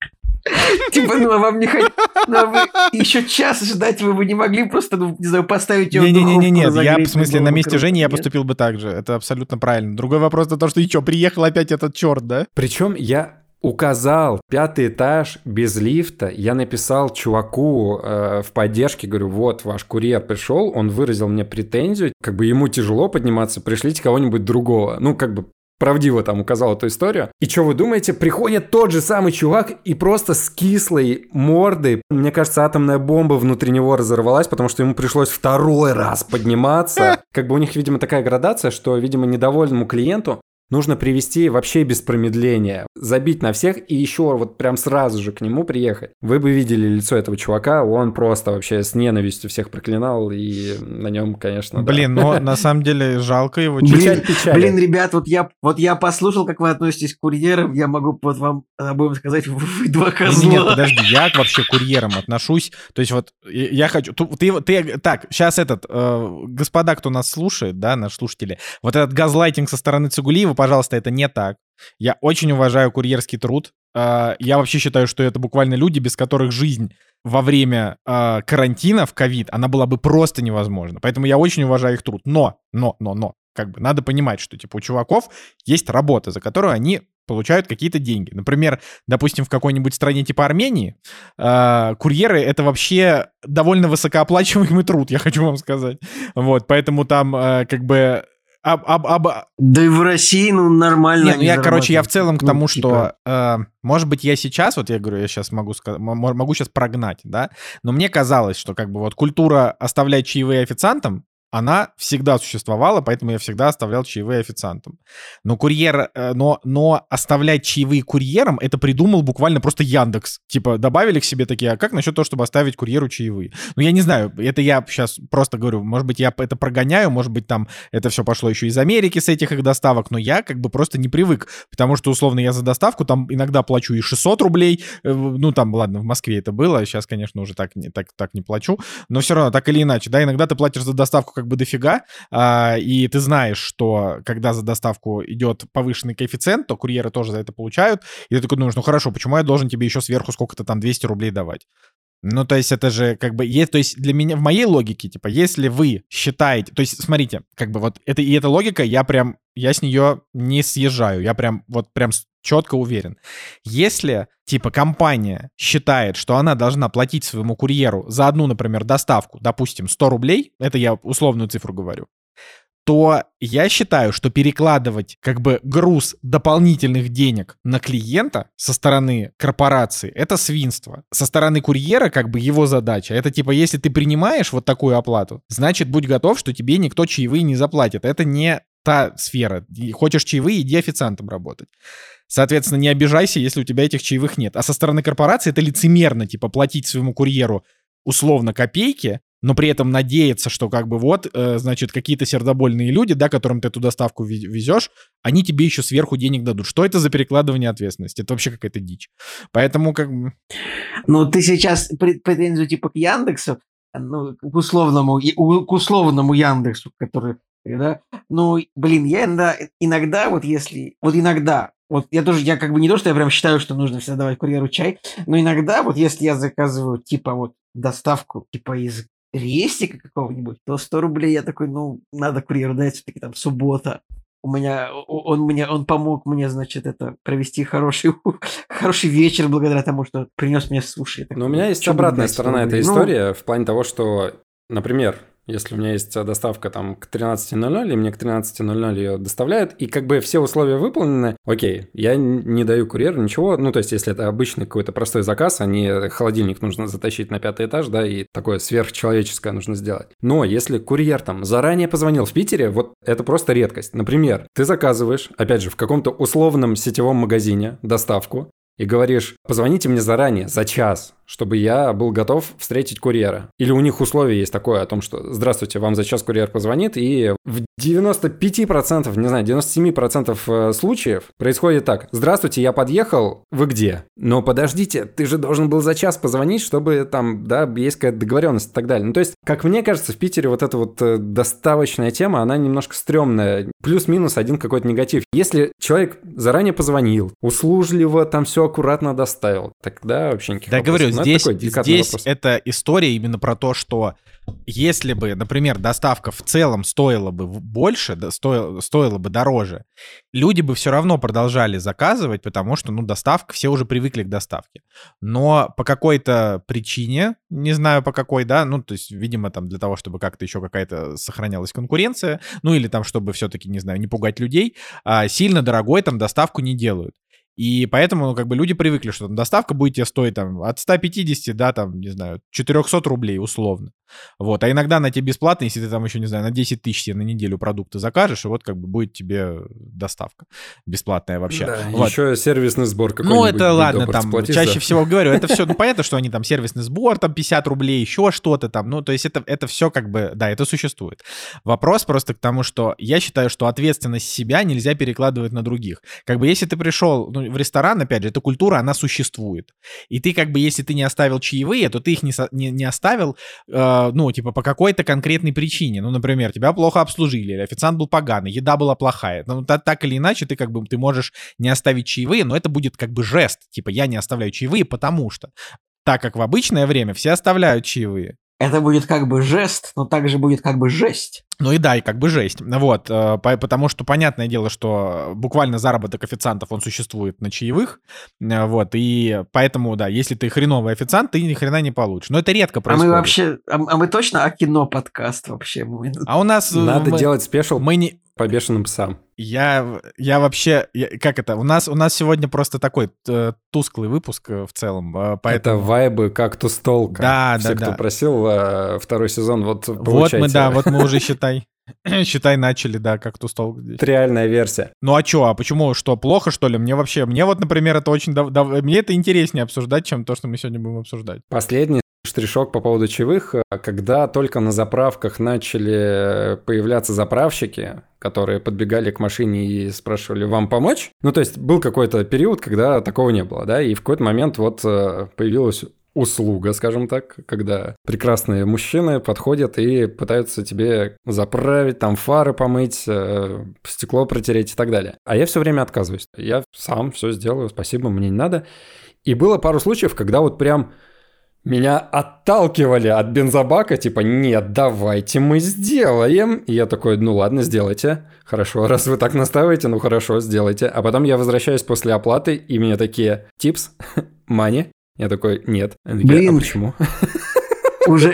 Типа, ну, а вам не хотите... Ну, вы еще час ждать вы бы не могли просто, ну, не знаю, поставить его в духовку. Нет, я, в смысле, на месте Жени я поступил бы так же. Это абсолютно правильно. Другой вопрос то, что и что, приехал опять этот черт, да? Причем я указал 5-й этаж без лифта. Я написал чуваку в поддержке, говорю, вот ваш курьер пришел, он выразил мне претензию, как бы ему тяжело подниматься, пришлите кого-нибудь другого. Ну, как бы правдиво там указал эту историю. И что вы думаете? Приходит тот же самый чувак и просто с кислой мордой, мне кажется, атомная бомба внутри него разорвалась, потому что ему пришлось второй раз подниматься. Как бы у них, видимо, такая градация, что, видимо, недовольному клиенту нужно привести вообще без промедления, забить на всех и еще вот прям сразу же к нему приехать. Вы бы видели лицо этого чувака, он просто вообще с ненавистью всех проклинал, и на нем, конечно, Блин, да. но на самом деле жалко его. Блин, ребят, вот я послушал, как вы относитесь к курьерам, я могу вот вам обоим сказать, вы два козла. Нет, подожди, я вообще к курьерам отношусь, то есть вот я хочу... Так, сейчас господа, кто нас слушает, да, наши слушатели, вот этот газлайтинг со стороны Цугулиева, пожалуйста, это не так. Я очень уважаю курьерский труд. Я вообще считаю, что это буквально люди, без которых жизнь во время карантина в ковид, она была бы просто невозможна. Поэтому я очень уважаю их труд. Но, как бы надо понимать, что типа у чуваков есть работа, за которую они получают какие-то деньги. Например, допустим, в какой-нибудь стране типа Армении курьеры — это вообще довольно высокооплачиваемый труд, я хочу вам сказать. Вот, поэтому там как бы... Да и в России, ну, нормально. Нет, я в целом к тому, что, может быть, я сейчас, вот я говорю, я сейчас могу сейчас прогнать, да, но мне казалось, что как бы вот культура оставлять чаевые официантам она всегда существовала, поэтому я всегда оставлял чаевые официантам. Но курьер, но оставлять чаевые курьерам, это придумал буквально просто Яндекс. Типа добавили к себе такие, а как насчет того, чтобы оставить курьеру чаевые? Ну, я не знаю, это я сейчас просто говорю, может быть, я это прогоняю, может быть, там это все пошло еще из Америки с этих их доставок, но я как бы просто не привык, потому что, условно, я за доставку там иногда плачу и 600 рублей, ну, там, ладно, в Москве это было, сейчас, конечно, уже так не плачу, но все равно, так или иначе, да, иногда ты платишь за доставку как бы дофига, и ты знаешь, что когда за доставку идет повышенный коэффициент, то курьеры тоже за это получают, и ты такой думаешь, ну хорошо, почему я должен тебе еще сверху сколько-то там 200 рублей давать? Ну, то есть это же как бы... то есть для меня, в моей логике, типа, если вы считаете... То есть, смотрите, как бы вот эта логика, я с нее не съезжаю, я прям четко уверен. Если, типа, компания считает, что она должна платить своему курьеру за одну, например, доставку, допустим, 100 рублей, это я условную цифру говорю, то я считаю, что перекладывать как бы груз дополнительных денег на клиента со стороны корпорации — это свинство. Со стороны курьера как бы его задача — это типа, если ты принимаешь вот такую оплату, значит, будь готов, что тебе никто чаевые не заплатит. Это не та сфера. Хочешь чаевые — иди официантом работать. Соответственно, не обижайся, если у тебя этих чаевых нет. А со стороны корпорации это лицемерно, типа, платить своему курьеру условно копейки, но при этом надеяться, что как бы вот, значит, какие-то сердобольные люди, да, которым ты эту доставку везешь, они тебе еще сверху денег дадут. Что это за перекладывание ответственности? Это вообще какая-то дичь. Поэтому как бы... Ну, ты сейчас претензию типа к Яндексу, ну, к условному Яндексу, который, да, ну, блин, я иногда, вот я как бы не то, что я прям считаю, что нужно всегда давать курьеру чай, но иногда вот если я заказываю типа вот доставку типа из рестика какого-нибудь, то 100 рублей я такой, ну, надо курьеру дать, все-таки там суббота. Он помог мне, значит, провести хороший вечер благодаря тому, что принес мне суши. Но у меня есть обратная сторона этой истории в плане того, что, например, если у меня есть доставка там к 13:00, и мне к 13:00 ее доставляют, и как бы все условия выполнены, окей, я не даю курьеру ничего, ну, то есть, если это обычный какой-то простой заказ, а не холодильник нужно затащить на 5-й этаж, да, и такое сверхчеловеческое нужно сделать. Но если курьер там заранее позвонил в Питере, вот это просто редкость. Например, ты заказываешь, опять же, в каком-то условном сетевом магазине доставку, и говоришь, позвоните мне заранее, за час, чтобы я был готов встретить курьера. Или у них условие есть такое о том, что здравствуйте, вам за час курьер позвонит, и в 95%, не знаю, 97% случаев происходит так. Здравствуйте, я подъехал, вы где? Но подождите, ты же должен был за час позвонить, чтобы там, да, есть какая-то договоренность и так далее. Ну, то есть, как мне кажется, в Питере вот эта вот доставочная тема, она немножко стрёмная. Плюс-минус один какой-то негатив. Если человек заранее позвонил, услужливо там все аккуратно доставил, тогда вообще никаких вопросов. Говорю, здесь эта история именно про то, что если бы, например, доставка в целом стоила бы больше, стоила бы дороже, люди бы все равно продолжали заказывать, потому что, ну, доставка, все уже привыкли к доставке. Но по какой-то причине, не знаю по какой, да, ну, то есть, видимо, там для того, чтобы как-то еще какая-то сохранялась конкуренция, ну, или там, чтобы все-таки, не знаю, не пугать людей, сильно дорогой там доставку не делают. И поэтому, ну, как бы люди привыкли, что там доставка будет тебе стоить там от 150, да, там, не знаю, 400 рублей условно. Вот, а иногда она тебе бесплатная, если ты там еще, не знаю, на 10 тысяч на неделю продукты закажешь, и вот как бы будет тебе доставка бесплатная вообще. Да, вот. Еще сервисный сбор какой-нибудь. Ну, это ладно, там, чаще всего говорю, это все, ну, понятно, что они там сервисный сбор, там 50 рублей, еще что-то там, ну, то есть это все как бы, да, это существует. Вопрос просто к тому, что я считаю, что ответственность себя нельзя перекладывать на других. Как бы если ты пришел, ну, в ресторан, опять же, эта культура, она существует. И ты как бы, если ты не оставил чаевые, то ты их не оставил, ну, типа, по какой-то конкретной причине. Ну, например, тебя плохо обслужили, или официант был поганый, еда была плохая. Ну, так или иначе, ты как бы, ты можешь не оставить чаевые, но это будет как бы жест. Типа, я не оставляю чаевые, потому что. Так как в обычное время все оставляют чаевые. Это будет как бы жест, но также будет как бы жесть. Ну и да, и как бы жесть. Вот, потому что понятное дело, что буквально заработок официантов, он существует на чаевых, вот, и поэтому, да, если ты хреновый официант, ты ни хрена не получишь. Но это редко происходит. А мы вообще, мы точно о кино подкаст вообще? А у нас... Надо делать спешл по бешеным псам. Я вообще... как это? У нас сегодня просто такой тусклый выпуск в целом. Поэтому... Это вайбы «Кактус Толка». Да, Все, да, кто просил второй сезон, вот получайте. Вот мы уже, считай, начали, да, «Кактус Толк» здесь. Реальная версия. Ну а чё, а почему? Что, плохо, что ли? Мне вот, например, это очень... Мне это интереснее обсуждать, чем то, что мы сегодня будем обсуждать. Последний штришок по поводу чаевых, когда только на заправках начали появляться заправщики, которые подбегали к машине и спрашивали, вам помочь? Ну, то есть был какой-то период, когда такого не было, да, и в какой-то момент вот появилась услуга, скажем так, когда прекрасные мужчины подходят и пытаются тебе заправить, там фары помыть, стекло протереть и так далее. А я все время отказываюсь. Я сам все сделаю, спасибо, мне не надо. И было пару случаев, когда вот прям меня отталкивали от бензобака, типа, нет, давайте мы сделаем. И я такой, ну ладно, сделайте. Хорошо, раз вы так настаиваете, ну хорошо, сделайте. А потом я возвращаюсь после оплаты, и мне такие, типс, money. Я такой, нет. Они такие, Блин. а почему? Уже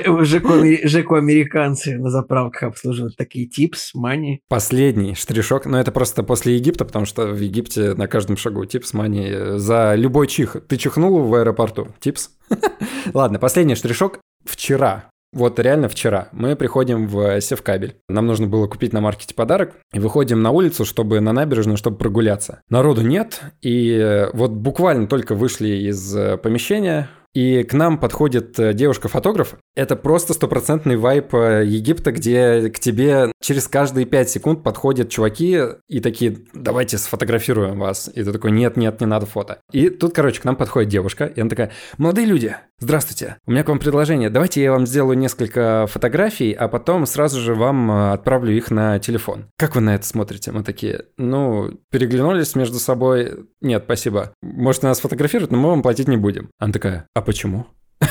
американцы на заправках обслуживают такие типс, мани. Последний штришок, но это просто после Египта, потому что в Египте на каждом шагу типс, мани за любой чих. Ты чихнул в аэропорту? Типс? Ладно, последний штришок. Вчера, вот реально вчера, мы приходим в Севкабель. Нам нужно было купить на маркете подарок. И выходим на улицу, чтобы на набережную, чтобы прогуляться. Народу нет. И вот буквально только вышли из помещения, и к нам подходит девушка-фотограф. Это просто стопроцентный вайб Египта, где к тебе через каждые 5 секунд подходят чуваки и такие, давайте сфотографируем вас. И ты такой, нет, не надо фото. И тут, короче, к нам подходит девушка, и она такая, молодые люди, здравствуйте, у меня к вам предложение. Давайте я вам сделаю несколько фотографий, а потом сразу же вам отправлю их на телефон. Как вы на это смотрите? Мы такие, переглянулись между собой. Нет, спасибо. Можете нас фотографировать, но мы вам платить не будем. Она такая, а почему?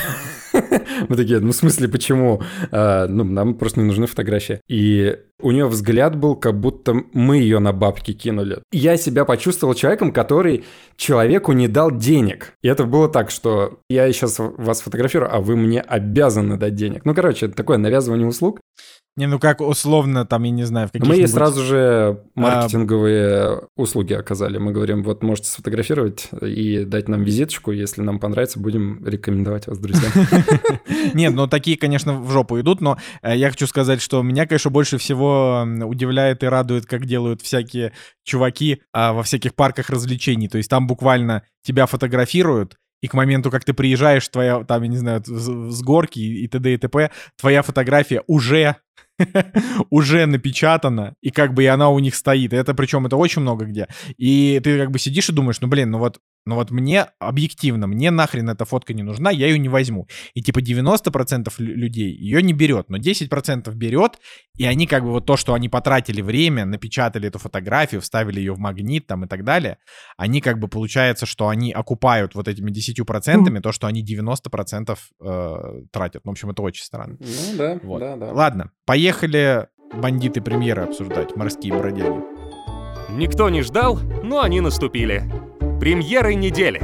Мы такие, в смысле, почему? Нам просто не нужны фотографии. И у нее взгляд был, как будто мы ее на бабки кинули. Я себя почувствовал человеком, который человеку не дал денег. И это было так, что я сейчас вас фотографирую, а вы мне обязаны дать денег. Это такое навязывание услуг. Как условно, там, я не знаю, в каких-нибудь... Мы ей сразу же маркетинговые услуги оказали. Мы говорим, вот можете сфотографировать и дать нам визиточку, если нам понравится, будем рекомендовать вас друзьям. Нет, такие, конечно, в жопу идут, но я хочу сказать, что меня, конечно, больше всего удивляет и радует, как делают всякие чуваки во всяких парках развлечений. То есть там буквально тебя фотографируют, и к моменту, как ты приезжаешь, твоя, там, я не знаю, с горки и т.д. и т.п., твоя фотография уже напечатана, и и она у них стоит. И это причем это очень много где. И ты сидишь и думаешь, вот мне объективно, мне нахрен эта фотка не нужна, я ее не возьму. И 90% людей ее не берет, но 10% берет, и они вот то, что они потратили время, напечатали эту фотографию, вставили ее в магнит там и так далее, они получается, что они окупают вот этими 10% то, что они 90% тратят. В общем, это очень странно. Ну да, вот. Да. Ладно, поехали бандиты премьеры обсуждать, морские бродяги. Никто не ждал, но они наступили. Премьеры недели.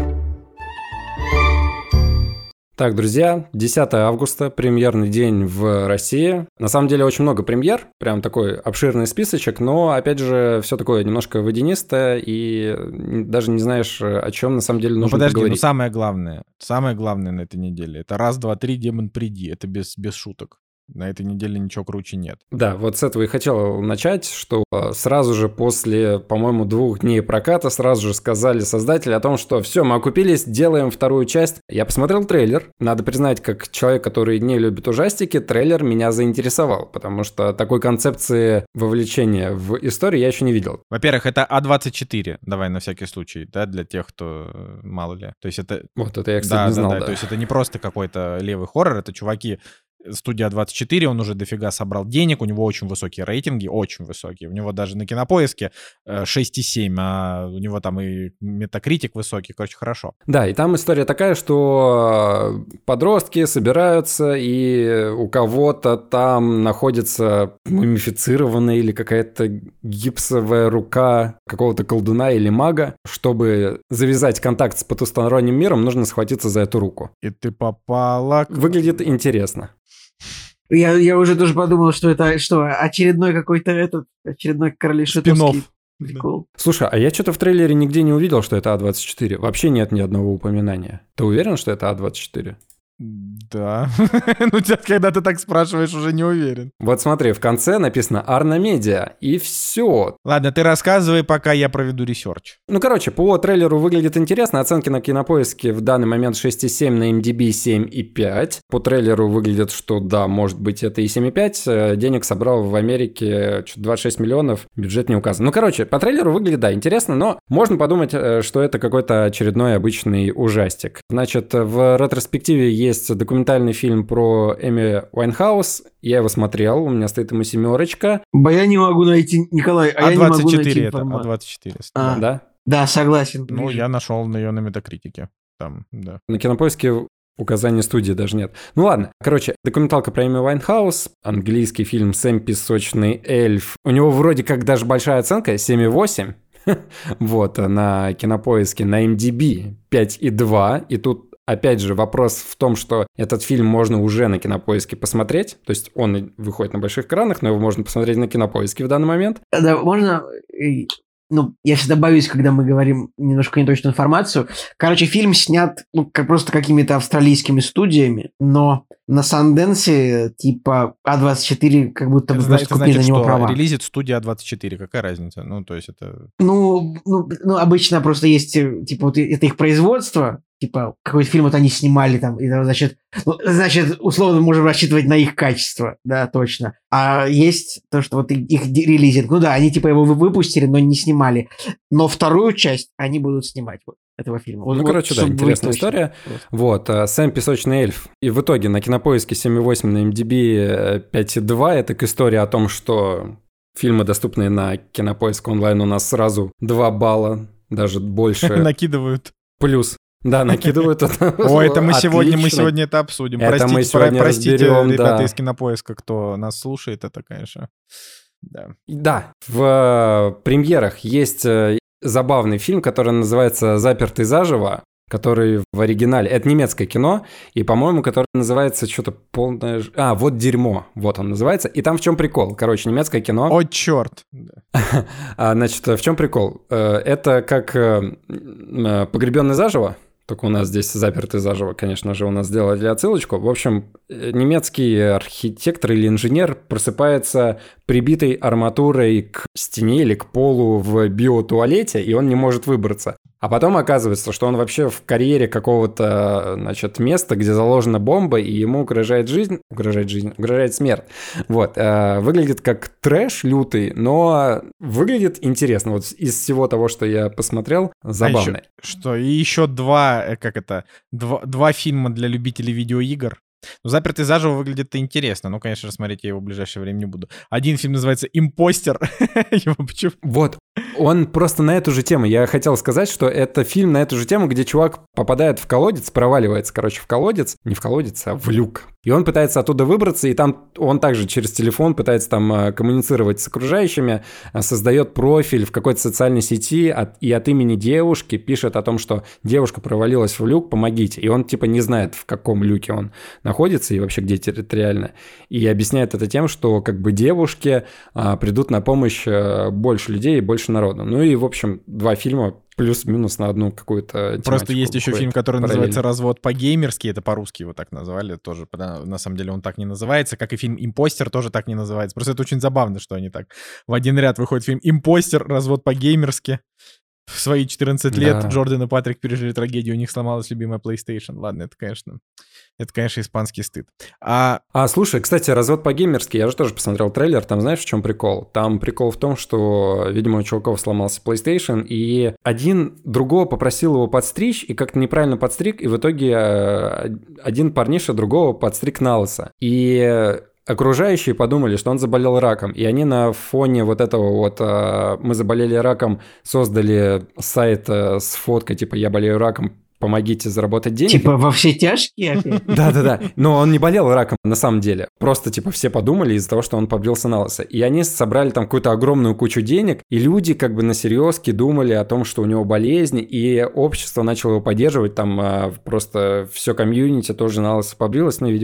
Так, друзья, 10 августа, премьерный день в России. На самом деле очень много премьер, прям такой обширный списочек, но, опять же, все такое немножко водянистое, и даже не знаешь, о чем на самом деле нужно поговорить. Самое главное на этой неделе, это раз, два, три, демон, приди, это без шуток. На этой неделе ничего круче нет. Да, вот с этого и хотел начать, что сразу же после, по-моему, 2 дней проката сразу же сказали создатели о том, что все, мы окупились, делаем вторую часть. Я посмотрел трейлер. Надо признать, как человек, который не любит ужастики, трейлер меня заинтересовал, потому что такой концепции вовлечения в историю я еще не видел. Во-первых, это А24, давай на всякий случай, да, для тех, кто мало ли. То есть это... Вот это я, кстати, не знал, да. То есть это не просто какой-то левый хоррор, это чуваки... Студия А24, он уже дофига собрал денег, у него очень высокие рейтинги, очень высокие. У него даже на Кинопоиске 6,7, а у него там и метакритик высокий, короче, хорошо. Да, и там история такая, что подростки собираются, и у кого-то там находится мумифицированная или какая-то гипсовая рука какого-то колдуна или мага. Чтобы завязать контакт с потусторонним миром, нужно схватиться за эту руку. И ты попала... Выглядит интересно. Я уже тоже подумал, что это очередной какой-то очередной Короли Шутовский прикол. Слушай, а я что-то в трейлере нигде не увидел, что это А24. Вообще нет ни одного упоминания. Ты уверен, что это А24? Да. Ну, когда ты так спрашиваешь, уже не уверен. Вот смотри, в конце написано Арна Медиа, и все. Ладно, ты рассказывай, пока я проведу ресерч. Ну, короче, по трейлеру выглядит интересно. Оценки на Кинопоиске в данный момент 6,7, на MDB 7,5. По трейлеру выглядит, что да, может быть, это и 7,5. Денег собрал в Америке 26 миллионов, бюджет не указан. Ну, короче, по трейлеру выглядит, да, интересно, но можно подумать, что это какой-то очередной обычный ужастик. Значит, в ретроспективе есть документальный фильм про Эми Уайнхаус. Я его смотрел, у меня стоит ему 7. Я не могу найти, Николай, я не могу найти информацию. А24. Да? Да, согласен. Ну, я нашел ее на Метакритике. Там, да. На Кинопоиске указания студии даже нет. Ну ладно. Короче, документалка про Эми Уайнхаус, английский фильм «Сэм Песочный эльф». У него вроде как даже большая оценка, 7,8. Вот, на Кинопоиске, на MDB 5,2. И тут опять же, вопрос в том, что этот фильм можно уже на Кинопоиске посмотреть. То есть он выходит на больших экранах, но его можно посмотреть на Кинопоиске в данный момент. Да, можно... Ну, я сейчас добавлюсь, когда мы говорим немножко неточную информацию. Короче, фильм снят просто какими-то австралийскими студиями, но на Санденсе типа А24 как будто бы просто купили на него права. Релизит студия А24, какая разница? Ну, то есть это... Ну, обычно просто есть, типа, вот это их производство, типа, какой-то фильм вот они снимали там, и, значит, условно можем рассчитывать на их качество, да, точно. А есть то, что вот их релизинг, ну да, они типа его выпустили, но не снимали. Но вторую часть они будут снимать вот этого фильма. Ну, короче, да, интересная история. Вот, «Сэм Песочный эльф». И в итоге на Кинопоиске 7,8, на MDB 5,2. Это к истории о том, что фильмы, доступные на Кинопоиск онлайн, у нас сразу 2 балла, даже больше. Накидывают. Плюс. Да, накидывают. О, это мы сегодня это обсудим. Простите, ребята из Кинопоиска, кто нас слушает, это, конечно, да. Да, в премьерах есть забавный фильм, который называется «Запертый заживо», который в оригинале... Это немецкое кино, и, по-моему, который называется что-то полное... вот «Дерьмо». Вот он называется. И там в чем прикол? Короче, немецкое кино... О, черт! Значит, в чем прикол? Это как «Погребенный заживо». Только у нас здесь «Запертый заживо», конечно же, у нас сделали отсылочку. В общем, немецкий архитектор или инженер просыпается прибитой арматурой к стене или к полу в биотуалете, и он не может выбраться. А потом оказывается, что он вообще в карьере какого-то, значит, места, где заложена бомба, и ему угрожает смерть. Вот. Выглядит как трэш лютый, но выглядит интересно. Вот из всего того, что я посмотрел, забавно. И еще два фильма для любителей видеоигр. «Запертый заживо» выглядит интересно. Ну, конечно же, смотреть я его в ближайшее время не буду. Один фильм называется «Импостер». Вот. Он просто на эту же тему. Я хотел сказать, что это фильм на эту же тему, где чувак попадает в колодец, проваливается, в колодец. Не в колодец, а в люк. И он пытается оттуда выбраться, и там он также через телефон пытается там коммуницировать с окружающими, создает профиль в какой-то социальной сети и от имени девушки пишет о том, что девушка провалилась в люк, помогите. И он типа не знает, в каком люке он находится и вообще где территориально. И объясняет это тем, что как бы девушке придут на помощь больше людей и больше народу. Ну и, в общем, 2 фильма плюс-минус на одну какую-то тематику. Просто есть еще фильм, который называется «Развод по-геймерски», это по-русски его так назвали тоже, на самом деле он так не называется, как и фильм «Импостер» тоже так не называется. Просто это очень забавно, что они так в один ряд выходит фильм «Импостер», «Развод по-геймерски». В свои 14 лет Джордан и Патрик пережили трагедию, у них сломалась любимая PlayStation. Ладно, это, конечно, испанский стыд. Слушай, кстати, «Развод по-геймерски», я же тоже посмотрел трейлер, там знаешь, в чем прикол? Там прикол в том, что, видимо, у чуваков сломался PlayStation, и один другого попросил его подстричь, и как-то неправильно подстриг, и в итоге один парниша другого подстриг на лысо. И окружающие подумали, что он заболел раком, и они на фоне вот этого вот «мы заболели раком» создали сайт с фоткой, типа «я болею раком, помогите заработать денег». Типа «Во все тяжкие» опять? Да-да-да, но он не болел раком на самом деле. Просто типа все подумали из-за того, что он побрился на лысо. И они собрали там какую-то огромную кучу денег, и люди как бы на серьезке думали о том, что у него болезнь, и общество начало его поддерживать, там просто все комьюнити тоже на лысо побрилось, ну, видимо,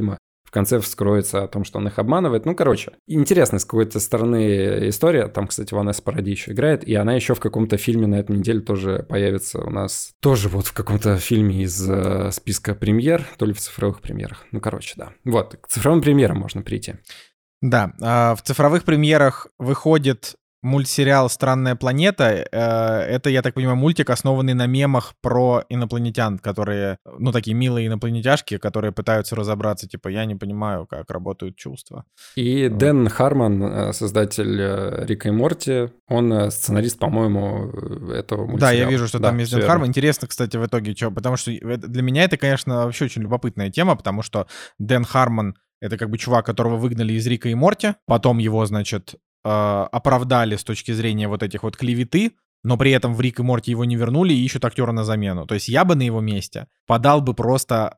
в конце вскроется о том, что он их обманывает. Ну, короче, интересная с какой-то стороны история. Там, кстати, Ванесса Паради еще играет, и она еще в каком-то фильме на этой неделе тоже появится у нас. Тоже вот в каком-то фильме из списка премьер, то ли в цифровых премьерах. Ну, короче, да. Вот, к цифровым премьерам можно прийти. Да, в цифровых премьерах выходит мультсериал «Странная планета». Это, я так понимаю, мультик, основанный на мемах про инопланетян, которые, ну, такие милые инопланетяшки, которые пытаются разобраться, типа, я не понимаю, как работают чувства. И Дэн Хармон, создатель Рика и Морти, он сценарист, по-моему, этого мультсериала. Да, я вижу, что там есть Дэн Хармон. Интересно, кстати, в итоге, что, потому что для меня это, конечно, вообще очень любопытная тема, потому что Дэн Хармон — это как бы чувак, которого выгнали из Рика и Морти, потом его, значит, оправдали с точки зрения вот этих вот клеветы, но при этом в Рик и Морти его не вернули и ищут актера на замену. То есть я бы на его месте подал бы просто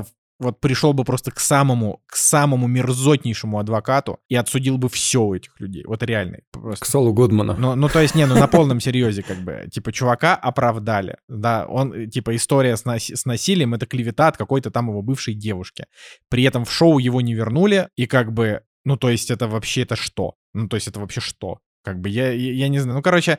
вот пришел бы просто к самому мерзотнейшему адвокату и отсудил бы все у этих людей. Вот реально. Просто. К Солу Гудману. Ну, то есть, на полном серьезе, как бы, типа, чувака оправдали. Да, он, типа, история с насилием — это клевета от какой-то там его бывшей девушки. При этом в шоу его не вернули, и как бы, ну, то есть, это вообще это что? Ну, то есть, это вообще что? Как бы я не знаю. Ну, короче,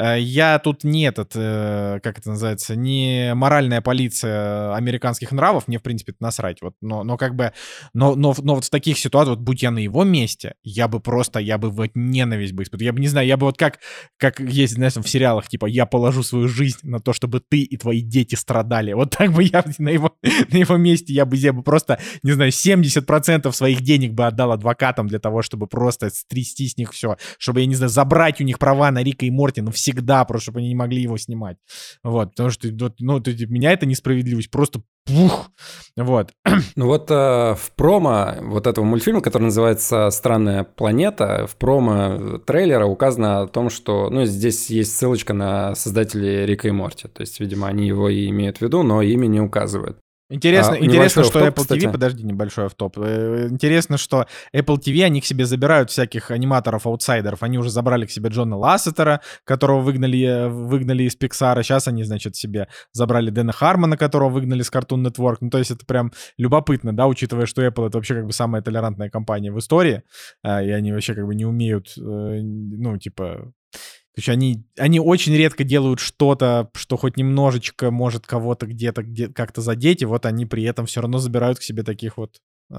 я тут не как это называется, не моральная полиция американских нравов, мне, в принципе, насрать. Вот, но как бы, но вот в таких ситуациях, вот будь я на его месте, я бы вот ненависть бы испытывал. Я бы, не знаю, я бы вот как есть, знаешь, в сериалах, типа, я положу свою жизнь на то, чтобы ты и твои дети страдали. Вот так бы я на его месте, я бы просто, не знаю, 70% своих денег бы отдал адвокатам для того, чтобы просто стрясти с них все, чтобы, я не знаю, забрать у них права на Рика и Морти навсегда, просто чтобы они не могли его снимать. Вот, потому что, ну, меня это несправедливость просто пух. Вот. Ну вот в промо вот этого мультфильма, который называется «Странная планета», в промо трейлера указано о том, что, ну, здесь есть ссылочка на создателей Рика и Морти. То есть, видимо, они его и имеют в виду, но имя не указывают. Интересно, что Apple TV, подожди, небольшой автоп. Интересно, что Apple TV, они к себе забирают всяких аниматоров-аутсайдеров. Они уже забрали к себе Джона Лассетера, которого выгнали из Pixar. Сейчас они, значит, себе забрали Дэна Хармона, которого выгнали с Cartoon Network. Ну, то есть это прям любопытно, да, учитывая, что Apple — это вообще как бы самая толерантная компания в истории. И они вообще как бы не умеют, ну, типа... То есть они очень редко делают что-то, что хоть немножечко может кого-то где-то как-то задеть, и вот они при этом все равно забирают к себе таких вот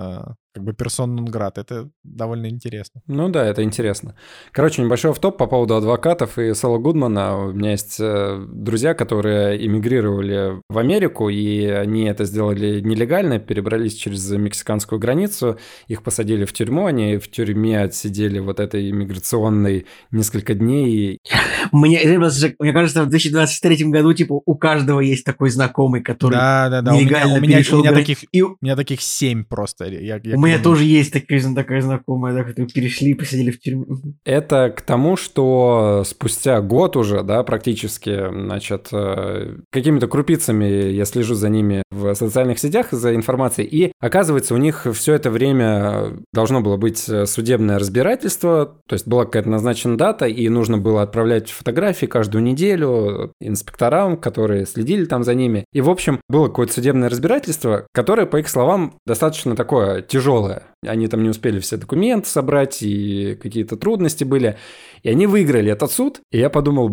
как бы персон нон грата. Это довольно интересно. Ну да, это интересно. Короче, небольшой автоп по поводу адвокатов и Сола Гудмана. У меня есть друзья, которые эмигрировали в Америку, и они это сделали нелегально, перебрались через мексиканскую границу, их посадили в тюрьму, они в тюрьме отсидели вот этой иммиграционной несколько дней. Мне кажется, в 2023 году, типа, у каждого есть такой знакомый, который нелегально перешел границу. У меня таких 7 просто. У меня тоже есть такая знакомая, да, которые перешли и посадили в тюрьму. Это к тому, что спустя год уже, да, практически, значит, какими-то крупицами я слежу за ними в социальных сетях, за информацией, и оказывается, у них все это время должно было быть судебное разбирательство, то есть была какая-то назначена дата, и нужно было отправлять фотографии каждую неделю инспекторам, которые следили там за ними. И, в общем, было какое-то судебное разбирательство, которое, по их словам, достаточно такое тяжелое. Они там не успели все документы собрать, и какие-то трудности были. И они выиграли этот суд. И я подумал,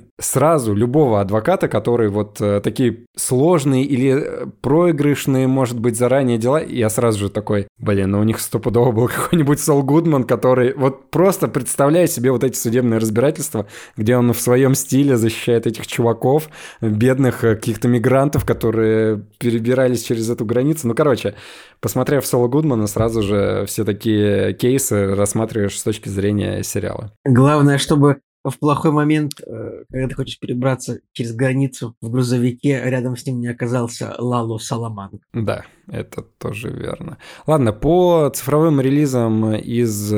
сразу любого адвоката, который вот такие сложные или проигрышные, может быть, заранее дела, я сразу же такой, ну у них стопудово был какой-нибудь Сол Гудман, который вот просто представляет себе вот эти судебные разбирательства, где он в своем стиле защищает этих чуваков, бедных каких-то мигрантов, которые перебирались через эту границу. Ну, короче, посмотрев Сола Гудмана, сразу же все такие кейсы рассматриваешь с точки зрения сериала. Главное, чтобы в плохой момент, когда ты хочешь перебраться через границу в грузовике, рядом с ним не оказался Лало Саламанг. Да, это тоже верно. Ладно, по цифровым релизам из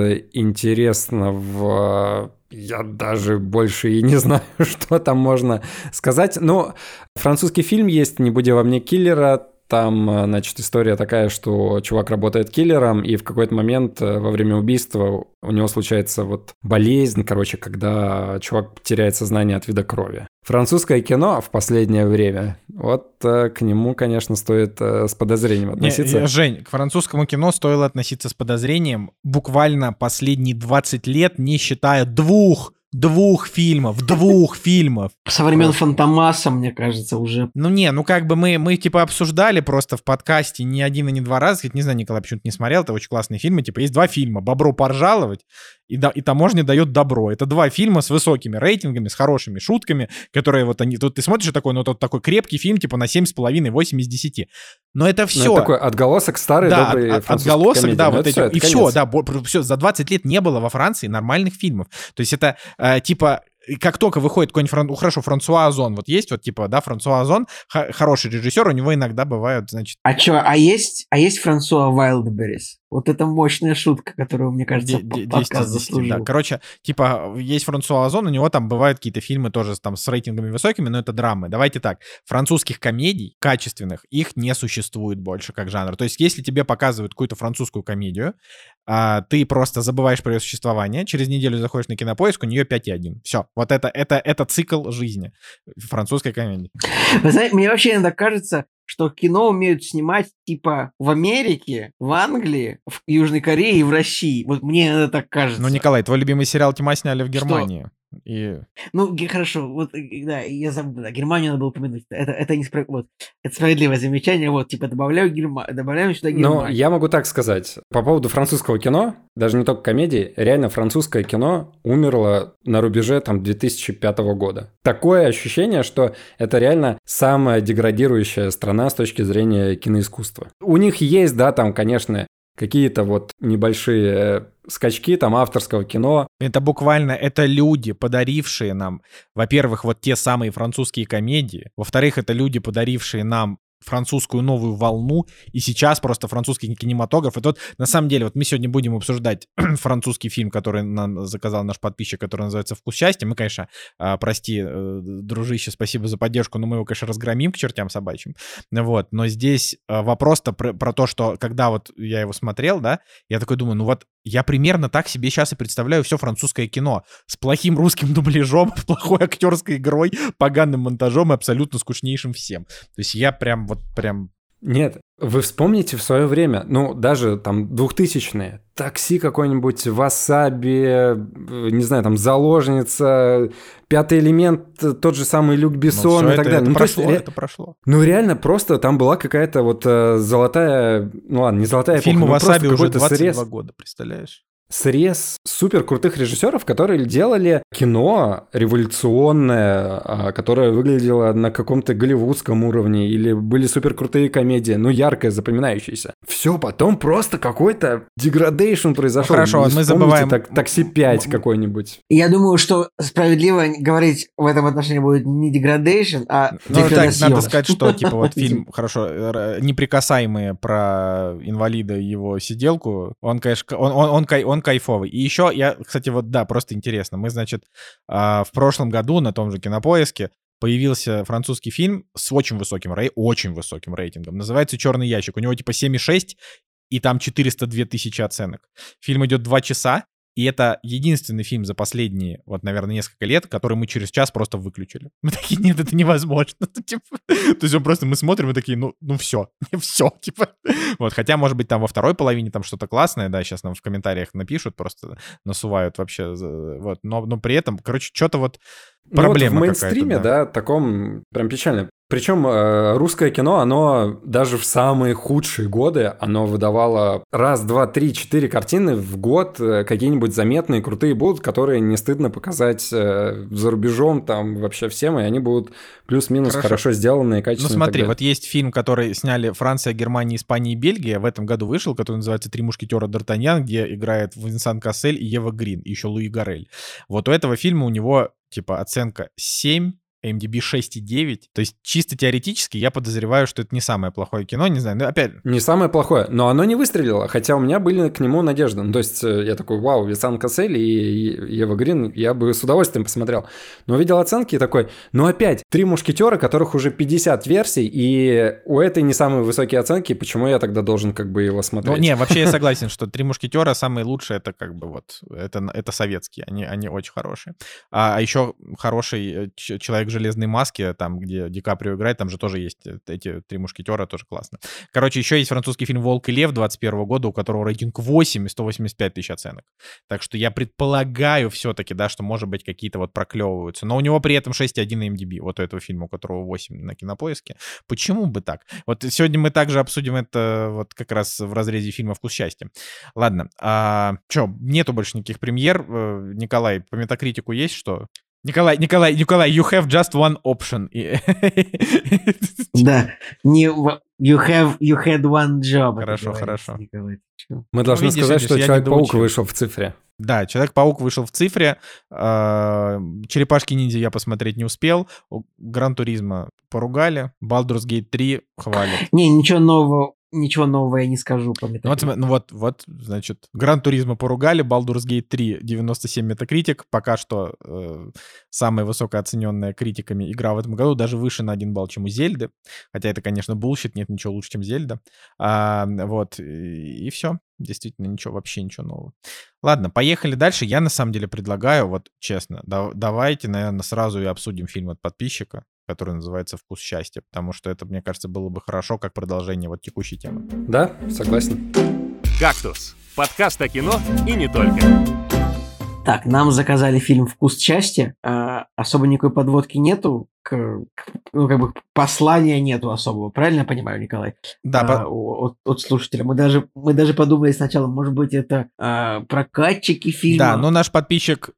интересного... Я даже больше и не знаю, что там можно сказать. Но французский фильм есть «Не буди во мне киллера». Там, значит, история такая, что чувак работает киллером, и в какой-то момент во время убийства у него случается вот болезнь, короче, когда чувак теряет сознание от вида крови. Французское кино в последнее время, вот к нему, конечно, стоит с подозрением относиться. Жень, к французскому кино стоило относиться с подозрением буквально последние 20 лет, не считая двух фильмов. Со времен Фантомаса, мне кажется, уже. Ну как бы мы типа обсуждали просто в подкасте не один и не два раза, не знаю, Николай почему-то не смотрел, это очень классные фильмы, типа есть два фильма «Бобру поржаловать» и «Таможня дает добро». Это два фильма с высокими рейтингами, с хорошими шутками, которые вот они... Тут ты смотришь такой, ну тот такой крепкий фильм, типа на 7,5, 8 из 10. Но это все... Ну, это такой отголосок старый, да, добрый французской отголосок, комедии. да, Но вот эти. И все, да, все, за 20 лет не было во Франции нормальных фильмов. То есть это типа... Как только выходит какой-нибудь, хорошо, Франсуа Озон, вот есть вот типа, да, Франсуа Озон, хороший режиссер, у него иногда бывают, значит... А есть Франсуа Вайлдберрис? Вот это мощная шутка, которую, мне кажется, подкаст заслужил. Да. Короче, типа, есть Франсуа Озон, у него там бывают какие-то фильмы тоже там с рейтингами высокими, но это драмы. Давайте так, французских комедий качественных, их не существует больше как жанр. То есть, если тебе показывают какую-то французскую комедию, ты просто забываешь про ее существование, через неделю заходишь на Кинопоиск, у нее 5,1. Все, вот это цикл жизни французской комедии. Вы знаете, мне вообще иногда кажется, что кино умеют снимать типа в Америке, в Англии, в Южной Корее и в России. Вот мне это так кажется. Ну, Николай, твой любимый сериал «Тьма» сняли в Германии. Ну, хорошо, вот, да, я забыл, да, Германию надо было упомянуть. Это несправедливо. Вот, это справедливое замечание, вот, типа, добавляем сюда Германию. Но я могу так сказать, по поводу французского кино, даже не только комедии, реально французское кино умерло на рубеже, там, 2005 года. Такое ощущение, что это реально самая деградирующая страна с точки зрения киноискусства. У них есть, да, там, конечно, какие-то вот небольшие скачки там авторского кино. Это буквально, это люди, подарившие нам, во-первых, вот те самые французские комедии, во-вторых, это люди, подарившие нам французскую новую волну, и сейчас просто французский кинематограф. И тут, на самом деле, вот мы сегодня будем обсуждать французский фильм, который нам заказал наш подписчик, который называется «Вкус счастья». Мы, конечно, прости, дружище, спасибо за поддержку, но мы его, конечно, разгромим к чертям собачьим. Вот, но здесь вопрос-то про то, что когда вот я его смотрел, да, я такой думаю, ну вот я примерно так себе сейчас и представляю все французское кино. С плохим русским дубляжом, плохой актерской игрой, поганым монтажом и абсолютно скучнейшим всем. То есть я прям... Нет, вы вспомните в свое время, ну, даже там 2000-е, «Такси» какой-нибудь, «Васаби», не знаю, там «Заложница», «Пятый элемент», тот же самый Люк Бессон и так далее. Это прошло. Ну, реально, просто там была какая-то вот золотая, ну ладно, не золотая эпоха, фильму «Васаби» уже 22 срез. года, представляешь? Срез супер крутых режиссеров, которые делали кино революционное, которое выглядело на каком-то голливудском уровне, или были супер крутые комедии, ну, яркое, запоминающееся. Все, потом просто какой-то деградейшн произошел. Ну, хорошо, мы забываем... «Такси 5» какой-нибудь. Я думаю, что справедливо говорить в этом отношении будет не деградейшн, а так, надо сказать, что типа вот фильм, хорошо, «Неприкасаемые» про инвалида и его сиделку, он, конечно, он кайфовый. И еще я, кстати, вот да, просто интересно. Мы, значит, в прошлом году на том же Кинопоиске появился французский фильм с очень высоким рейтингом. Называется «Черный ящик». У него типа 7,6, и там 402 тысячи оценок. Фильм идет 2 часа, и это единственный фильм за последние, вот, наверное, несколько лет, который мы через час просто выключили. Мы такие, нет, это невозможно. То есть мы смотрим и такие, ну все, типа. Вот, хотя, может быть, там во второй половине там что-то классное, да, сейчас нам в комментариях напишут, просто насувают вообще, вот, но при этом, короче, что-то вот проблема вот в мейнстриме, да, таком прям печально. Причем русское кино, оно даже в самые худшие годы, оно выдавало 1, 2, 3, 4 картины в год, какие-нибудь заметные, крутые будут, которые не стыдно показать за рубежом, там вообще всем, и они будут плюс-минус хорошо сделанные, качественные. Ну смотри, вот есть фильм, который сняли Франция, Германия, Испания и Бельгия, в этом году вышел, который называется «Три мушкетера Д'Артаньян», где играет Винсан Кассель и Ева Грин, и еще Луи Гаррель. Вот у этого фильма у него типа оценка 7, IMDb 6,9. То есть чисто теоретически я подозреваю, что это не самое плохое кино, не знаю, но опять... Не самое плохое, но оно не выстрелило, хотя у меня были к нему надежды. Ну, то есть я такой, вау, Висан Кассель и Ева Грин, я бы с удовольствием посмотрел. Но увидел оценки и такой, ну опять, «Три мушкетера», которых уже 50 версий, и у этой не самые высокие оценки, почему я тогда должен как бы его смотреть? Ну, не, вообще я согласен, что «Три мушкетера» самые лучшие, это как бы вот, это советские, они очень хорошие. А еще хороший «Человек в железной маске», там, где Ди Каприо играет, там же тоже есть эти «Три мушкетера», тоже классно. Короче, еще есть французский фильм «Волк и лев» 21 года, у которого рейтинг 8 и 185 тысяч оценок. Так что я предполагаю все-таки, да, что, может быть, какие-то вот проклевываются. Но у него при этом 6,1 на IMDb, вот у этого фильма, у которого 8 на Кинопоиске. Почему бы так? Вот сегодня мы также обсудим это вот как раз в разрезе фильма «Вкус счастья». Ладно, нету больше никаких премьер. Николай, по Метакритику есть что? Николай, you have just one option. Да, you had one job. Хорошо. Мы должны сказать, что Человек-паук вышел в цифре. Да, Человек-паук вышел в цифре. Черепашки-ниндзя я посмотреть не успел. Гран-туризмо поругали. Baldur's Gate 3 хвалят. Не, ничего нового я не скажу по Метакритику. Вот, значит, Гран-туризмо поругали, Baldur's Gate 3 97 Метакритик, пока что самая высокооцененная критиками игра в этом году, даже выше на 1 балл, чем у Зельды, хотя это, конечно, булщит, нет ничего лучше, чем Зельда. Вот, и все, действительно, вообще ничего нового. Ладно, поехали дальше. Я, на самом деле, предлагаю, вот честно, давайте, наверное, сразу и обсудим фильм от подписчика, который называется «Вкус счастья», потому что это, мне кажется, было бы хорошо как продолжение вот текущей темы. Да, согласен. «Кактус» — подкаст о кино и не только. Так, нам заказали фильм «Вкус счастья». Особо никакой подводки нету, послания нету особого. Правильно я понимаю, Николай? Да. От слушателя. Мы даже подумали сначала, может быть, это прокатчики фильма. Да, но наш подписчик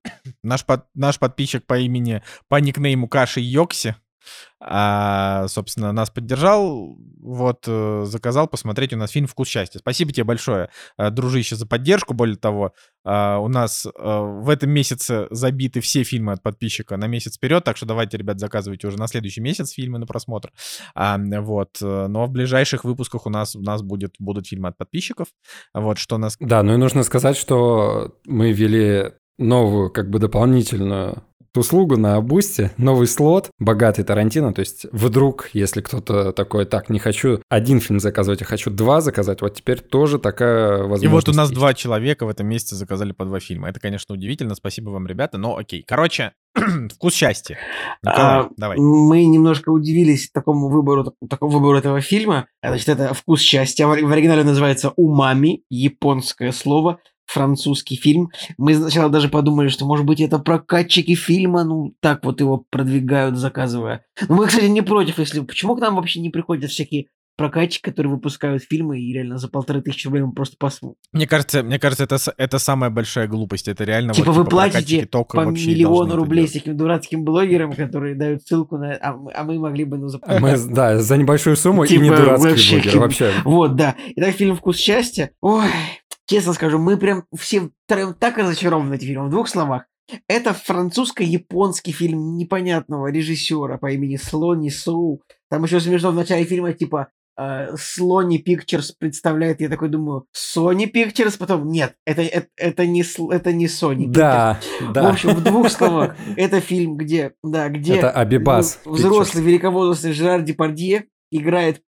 по никнейму Каши Йокси, собственно, нас поддержал, вот, заказал посмотреть у нас фильм «Вкус счастья». Спасибо тебе большое, дружище, за поддержку. Более того, у нас в этом месяце забиты все фильмы от подписчика на месяц вперед, так что давайте, ребят, заказывайте уже на следующий месяц фильмы на просмотр. Вот, но в ближайших выпусках у нас будут фильмы от подписчиков. Вот, что нас... Да, ну и нужно сказать, что мы ввели новую, как бы дополнительную услугу на Бусти, новый слот, богатый Тарантино, то есть вдруг, если кто-то такой, так, не хочу один фильм заказывать, а хочу 2 заказать, вот теперь тоже такая возможность. И вот у нас есть. 2 человека в этом месяце заказали по 2 фильма. Это, конечно, удивительно, спасибо вам, ребята, но окей. Короче, «Вкус счастья». Николай, давай. Мы немножко удивились такому выбору этого фильма. Значит, это «Вкус счастья». В оригинале называется «Умами», японское слово. Французский фильм. Мы сначала даже подумали, что, может быть, это прокатчики фильма, так вот его продвигают, заказывая. Но мы, кстати, не против, почему к нам вообще не приходят всякие прокатчики, которые выпускают фильмы, и реально за 1500 рублей мы просто посмотрим. Мне кажется, это самая большая глупость. Это реально вы платите по миллиону рублей всяким дурацким блогерам, которые дают ссылку на... А мы могли бы заплатить. Да, за небольшую сумму и не дурацкие блогеры вообще. Вот, да. Итак, фильм «Вкус счастья». Ой, честно скажу, мы прям все так разочарованы этим фильмом. В 2 словах. Это французско-японский фильм непонятного режиссера по имени Слони Соу. Там еще смешно в начале фильма, типа, Слони Pictures представляет, я такой думаю, Sony Pictures, потом нет, это не Sony Pictures. Да. В общем, в 2 словах, это фильм, где это Абибас взрослый великовозрастный Жерар Депардье играет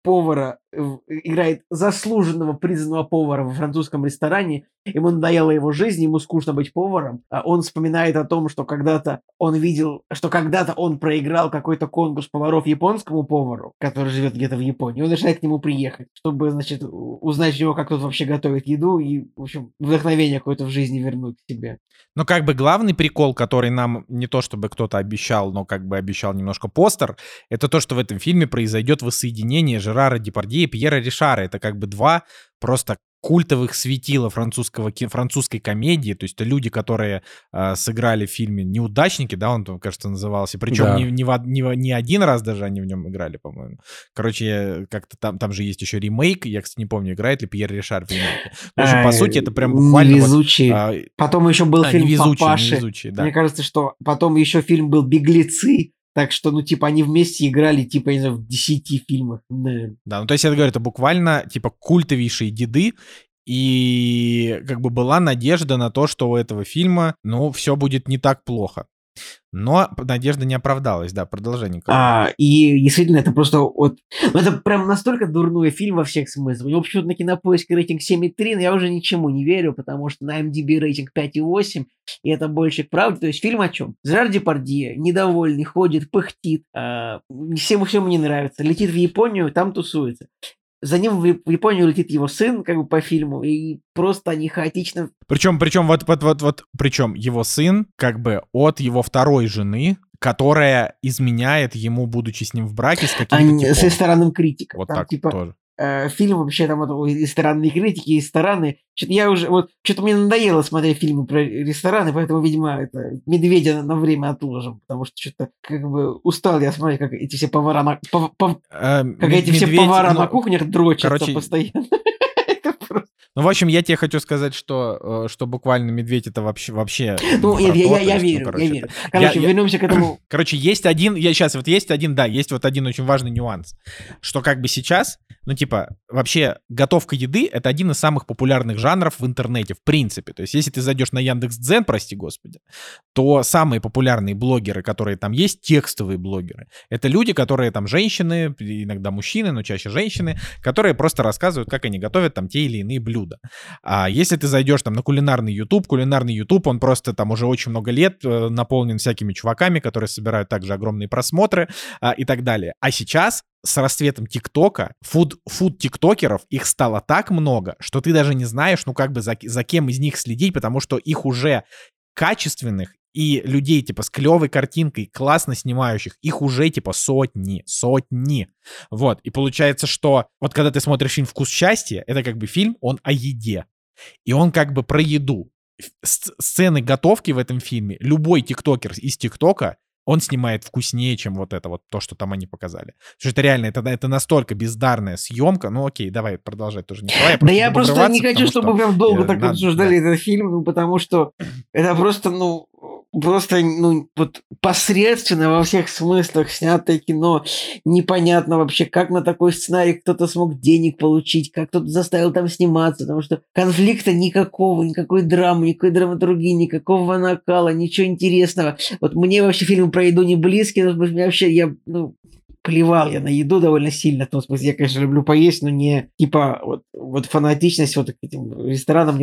заслуженного признанного повара во французском ресторане. Ему надоела его жизнь, ему скучно быть поваром. Он вспоминает о том, что когда-то он проиграл какой-то конкурс поваров японскому повару, который живет где-то в Японии. Он решает к нему приехать, чтобы, значит, узнать у него, как тут вообще готовит еду и, в общем, вдохновение какое-то в жизни вернуть себе. Но как бы главный прикол, который нам не то чтобы кто-то обещал, но как бы обещал немножко постер, это то, что в этом фильме произойдет воссоединение Жерара Депардье и Пьера Ришара. Это как бы 2 просто культовых светила французской комедии, то есть это люди, которые сыграли в фильме «Неудачники», да, он, кажется, назывался, причем да. не один раз даже они в нем играли, по-моему. Короче, как-то там же есть еще ремейк, я, кстати, не помню, играет ли Пьер Ришар в ремейке. В общем, по сути, это прям буквально... Невезучие. Потом еще был фильм «Папаши». Да. Мне кажется, что потом еще фильм был «Беглецы». Так что, ну, типа, они вместе играли, типа, я не знаю, в 10 фильмах, наверное. Да, ну, то есть, я говорю, это буквально, типа, культовейшие деды, и как бы была надежда на то, что у этого фильма, ну, все будет не так плохо. Но надежда не оправдалась, да, продолжение. И действительно, это просто вот... Ну, это прям настолько дурной фильм во всех смыслах. У него почему-то на Кинопоиске рейтинг 7,3, но я уже ничему не верю, потому что на IMDb рейтинг 5,8, и это больше к правде. То есть фильм о чем? Жерар Депардье, недовольный, ходит, пыхтит, всему не нравится, летит в Японию, там тусуется. За ним в Японию летит его сын, как бы по фильму, и просто они хаотично... Причем его сын как бы от его второй жены, которая изменяет ему, будучи с ним в браке, с каким-то типом. С ресторанным критиком. Вот там, так типа, тоже. Фильм вообще там и ресторанные критики, и рестораны. Что-то мне надоело смотреть фильмы про рестораны, поэтому, видимо, это «Медведя» на время отложим, потому что что-то как бы устал я смотреть, как эти все повара на кухнях дрочатся постоянно. Ну, в общем, я тебе хочу сказать, что буквально «Медведь» — это вообще... Ну, я верю. Короче, вернемся к этому. Короче, есть один очень важный нюанс, что как бы сейчас, ну, типа, вообще готовка еды — это один из самых популярных жанров в интернете, в принципе. То есть, если ты зайдешь на Яндекс.Дзен, прости господи, то самые популярные блогеры, которые там есть, текстовые блогеры, это люди, которые там женщины, иногда мужчины, но чаще женщины, которые просто рассказывают, как они готовят там те или иные блюда. А если ты зайдешь там на кулинарный YouTube, он просто там уже очень много лет наполнен всякими чуваками, которые собирают также огромные просмотры и так далее. А сейчас с расцветом ТикТока, фуд-тиктокеров, их стало так много, что ты даже не знаешь, ну как бы за кем из них следить, потому что их уже качественных и людей, типа, с клевой картинкой, классно снимающих, их уже, типа, сотни. Вот, и получается, что вот когда ты смотришь фильм «Вкус счастья», это как бы фильм, он о еде. И он как бы про еду. Сцены готовки в этом фильме, любой тиктокер из ТикТока, он снимает вкуснее, чем вот это вот, то, что там они показали. Потому что это реально, это настолько бездарная съемка. Ну окей, давай продолжать тоже, Николай. Да я просто не хочу, чтобы прям долго так обсуждали этот фильм, ну потому что это просто, вот посредственно во всех смыслах снятое кино. Непонятно вообще, как на такой сценарий кто-то смог денег получить, как кто-то заставил там сниматься, потому что конфликта никакого, никакой драмы, никакой драматургии, никакого накала, ничего интересного. Вот мне вообще фильмы про еду не близкие, но вообще плевал я на еду довольно сильно, в том смысле, я, конечно, люблю поесть, но не, типа, вот фанатичность вот к этим ресторанам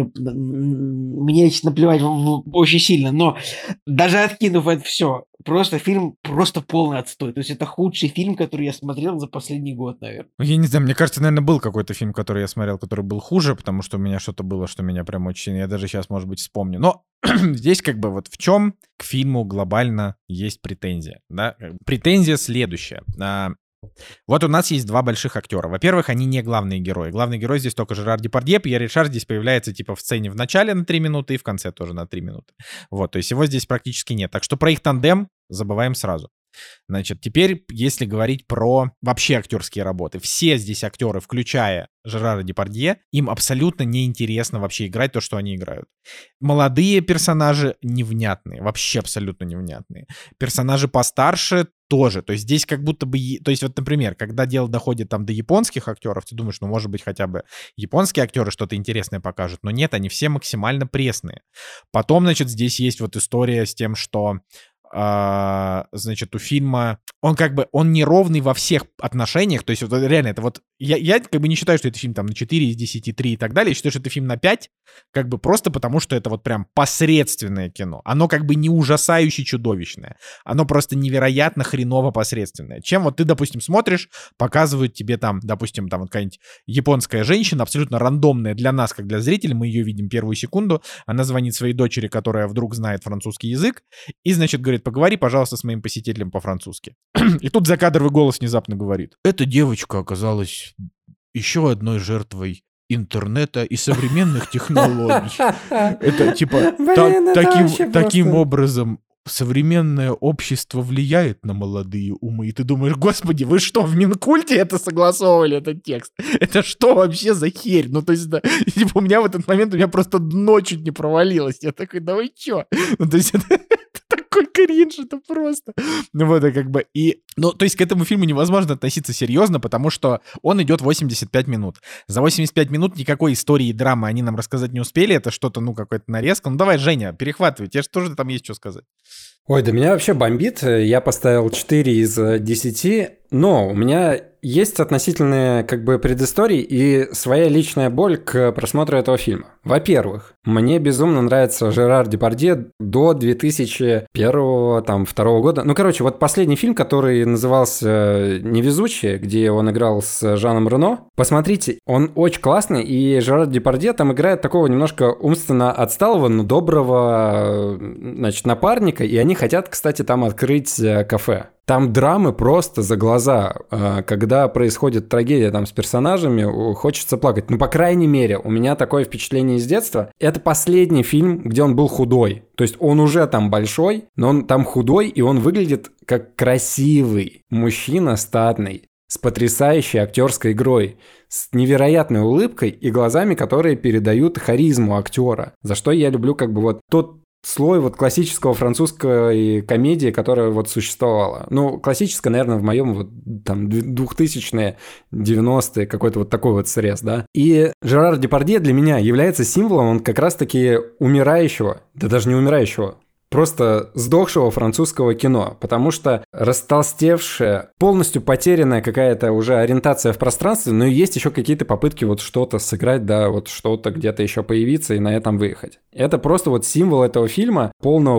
мне лично наплевать очень сильно, но даже откинув это все, просто фильм просто полный отстой, то есть это худший фильм, который я смотрел за последний год, наверное. Я не знаю, мне кажется, наверное, был какой-то фильм, который я смотрел, который был хуже, потому что у меня что-то было, что меня прям очень сильно, я даже сейчас, может быть, вспомню, но здесь как бы вот в чем к фильму глобально есть претензия, да? Претензия следующая. Вот у нас есть два больших актера. Во-первых, они не главные герои. Главный герой здесь только Жерар Депардье. Пьер Ришар здесь появляется типа в сцене в начале на 3 минуты и в конце тоже на 3 минуты. Вот, то есть его здесь практически нет. Так что про их тандем забываем сразу. Значит, теперь, если говорить про вообще актерские работы, все здесь актеры, включая Жерара Депардье, им абсолютно неинтересно вообще играть то, что они играют. Молодые персонажи невнятные, вообще абсолютно невнятные. Персонажи постарше тоже. То есть здесь как будто бы... То есть вот, например, когда дело доходит там до японских актеров, ты думаешь, ну, может быть, хотя бы японские актеры что-то интересное покажут. Но нет, они все максимально пресные. Потом, значит, здесь есть вот история с тем, что... значит, у фильма он неровный во всех отношениях, то есть вот реально это вот я как бы не считаю, что это фильм там на 4 из 10, 3 и так далее, я считаю, что это фильм на 5, как бы просто потому, что это вот прям посредственное кино, оно как бы не ужасающе чудовищное, оно просто невероятно хреново посредственное. Чем вот ты, допустим, смотришь, показывают тебе там, допустим, там вот какая-нибудь японская женщина, абсолютно рандомная для нас, как для зрителей, мы ее видим первую секунду, она звонит своей дочери, которая вдруг знает французский язык, и, значит, говорит, поговори, пожалуйста, с моим посетителем по-французски. И тут закадровый голос внезапно говорит: эта девочка оказалась еще одной жертвой интернета и современных технологий. Это типа таким образом современное общество влияет на молодые умы. И ты думаешь, господи, вы что, в Минкульте это согласовывали, этот текст? Это что вообще за херь? Ну, то есть, да, типа, у меня в этот момент просто дно чуть не провалилось. Я такой, да вы чё? Ну, то есть, это такой кринж, это просто. Ну вот, и как бы, и... Ну, то есть к этому фильму невозможно относиться серьезно, потому что он идет 85 минут. За 85 минут никакой истории и драмы они нам рассказать не успели, это что-то, ну, какая-то нарезка. Ну, давай, Женя, перехватывай, тебе же тоже там есть что сказать. Ой, да меня вообще бомбит. Я поставил 4 из 10, но у меня есть относительная как бы предыстория и своя личная боль к просмотру этого фильма. Во-первых, мне безумно нравится Жерар Депардье до 2001-2002 года. Ну, короче, вот последний фильм, который назывался «Невезучие», где он играл с Жаном Рено. Посмотрите, он очень классный, и Жерар Депардье там играет такого немножко умственно отсталого, но доброго, значит, напарника, и они хотят, кстати, там открыть кафе. Там драмы просто за глаза. Когда происходит трагедия там с персонажами, хочется плакать. Ну, по крайней мере, у меня такое впечатление из детства. Это последний фильм, где он был худой. То есть он уже там большой, но он там худой, и он выглядит как красивый мужчина статный, с потрясающей актерской игрой, с невероятной улыбкой и глазами, которые передают харизму актера. За что я люблю как бы вот тот слой вот классического французской комедии, которая вот существовала. Ну, классическая, наверное, в моем вот там 2000-е, 90-е, какой-то вот такой вот срез, да. И Жерар Депардье для меня является символом, он как раз-таки умирающего, да даже не умирающего, просто сдохшего французского кино, потому что растолстевшая, полностью потерянная какая-то уже ориентация в пространстве, но есть еще какие-то попытки вот что-то сыграть, да, вот что-то где-то еще появиться и на этом выехать. Это просто вот символ этого фильма, полного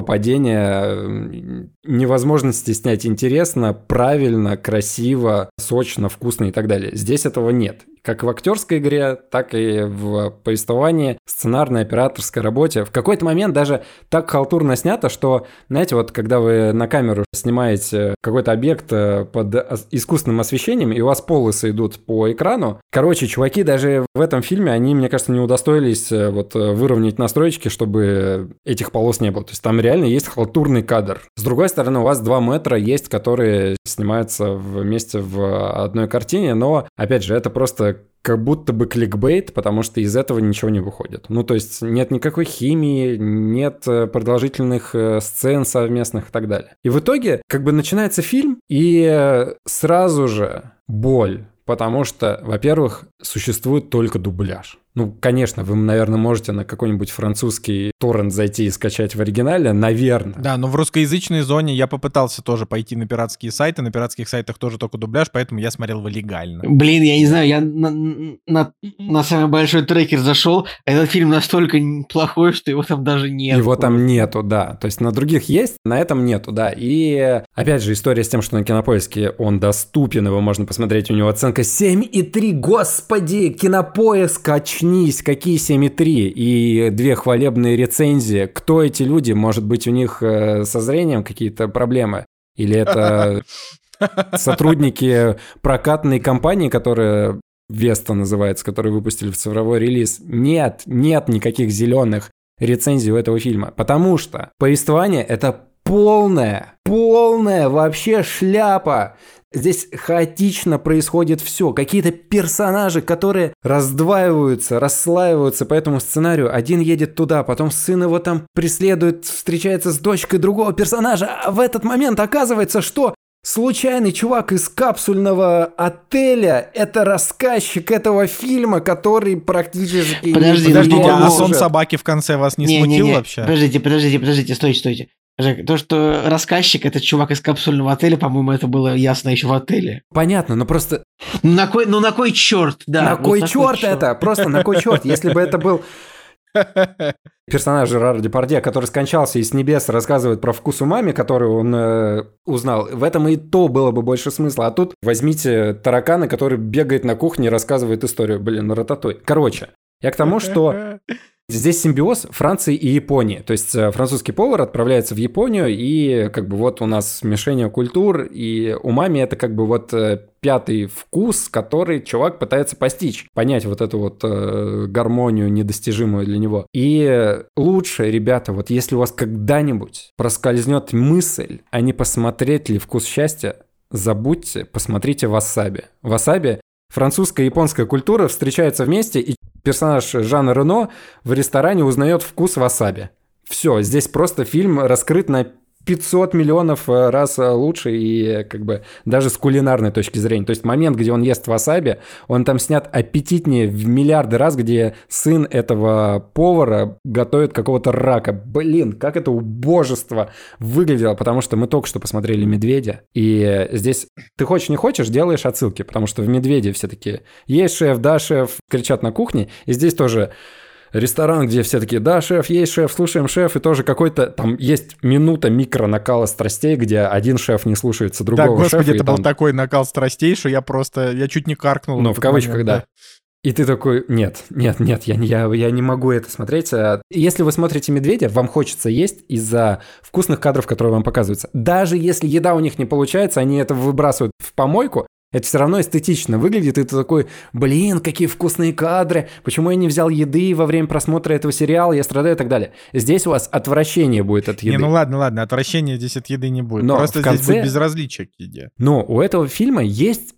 падения, невозможности снять интересно, правильно, красиво, сочно, вкусно и так далее. Здесь этого нет. Как в актерской игре, так и в повествовании, сценарной, операторской работе. В какой-то момент даже так халтурно снято, что, знаете, вот когда вы на камеру снимаете какой-то объект под искусственным освещением, и у вас полосы идут по экрану. Короче, чуваки даже в этом фильме, они, мне кажется, не удостоились вот выровнять настройки, чтобы этих полос не было. То есть там реально есть халтурный кадр. С другой стороны, у вас 2 метра есть, которые снимаются вместе в одной картине, но, опять же, это просто как будто бы кликбейт, потому что из этого ничего не выходит. Ну, то есть нет никакой химии, нет продолжительных сцен совместных и так далее. И в итоге как бы начинается фильм, и сразу же боль, потому что, во-первых, существует только дубляж. Ну, конечно, вы, наверное, можете на какой-нибудь французский торрент зайти и скачать в оригинале, наверное. Да, но в русскоязычной зоне я попытался тоже пойти на пиратские сайты, на пиратских сайтах тоже только дубляж, поэтому я смотрел его легально. Блин, я не знаю, я на самый большой трекер зашел, этот фильм настолько плохой, что его там даже нет. Его там нету, да. То есть на других есть, на этом нету, да. И опять же история с тем, что на Кинопоиске он доступен, его можно посмотреть, у него оценка 7,3, господи, Кинопоиск, очнись, какие 7,3, и 2 хвалебные рецензии. Кто эти люди? Может быть, у них со зрением какие-то проблемы? Или это сотрудники прокатной компании, которая Веста называется, которые выпустили в цифровой релиз? Нет никаких зеленых рецензий у этого фильма, потому что повествование — это полная вообще шляпа. Здесь хаотично происходит все. Какие-то персонажи, которые раздваиваются, расслаиваются по этому сценарию. Один едет туда, потом сын его там преследует, встречается с дочкой другого персонажа. А в этот момент оказывается, что случайный чувак из капсульного отеля — это рассказчик этого фильма, который практически... Подождите, а сон собаки в конце вас не смутил вообще? Подождите, стойте. То, что рассказчик — это чувак из капсульного отеля, по-моему, это было ясно еще в отеле. Понятно, но просто... На кой черт, да. На кой черт это? Просто на кой черт? Если бы это был персонаж Жерара Депардье, который скончался и с небес рассказывает про вкус умами, который он узнал, в этом и то было бы больше смысла. А тут возьмите таракана, который бегает на кухне и рассказывает историю. Блин, рататой. Короче, я к тому, что... Здесь симбиоз Франции и Японии. То есть французский повар отправляется в Японию, и как бы вот у нас смешение культур, и умами это как бы вот 5-й вкус, который чувак пытается постичь. Понять вот эту вот гармонию недостижимую для него. И лучше, ребята, вот если у вас когда-нибудь проскользнет мысль, а не посмотреть ли «Вкус счастья», забудьте, посмотрите «Васаби». «Васаби» французская и японская культура встречаются вместе, и персонаж Жана Рено в ресторане узнает вкус васаби. Все, здесь просто фильм раскрыт на 500 миллионов раз лучше и как бы даже с кулинарной точки зрения. То есть момент, где он ест васаби, он там снят аппетитнее в миллиарды раз, где сын этого повара готовит какого-то рака. Блин, как это убожество выглядело, потому что мы только что посмотрели «Медведя», и здесь ты хочешь не хочешь, делаешь отсылки, потому что в «Медведе» все такие «Есть шеф, да, шеф», кричат на кухне, и здесь тоже ресторан, где все такие «Да, шеф, есть шеф, слушаем шеф», и тоже какой-то там есть минута микро-накала страстей, где один шеф не слушается другого шефа. Да, господи, это там... был такой накал страстей, что я чуть не каркнул. Ну, в кавычках, момент, да. И ты такой, нет, я не могу это смотреть. Если вы смотрите «Медведя», вам хочется есть из-за вкусных кадров, которые вам показываются. Даже если еда у них не получается, они это выбрасывают в помойку, это все равно эстетично выглядит, и ты такой, блин, какие вкусные кадры, почему я не взял еды во время просмотра этого сериала, я страдаю и так далее. Здесь у вас отвращение будет от еды. Не, ну ладно, отвращения здесь от еды не будет. Но просто здесь будет безразличие к еде. Но у этого фильма есть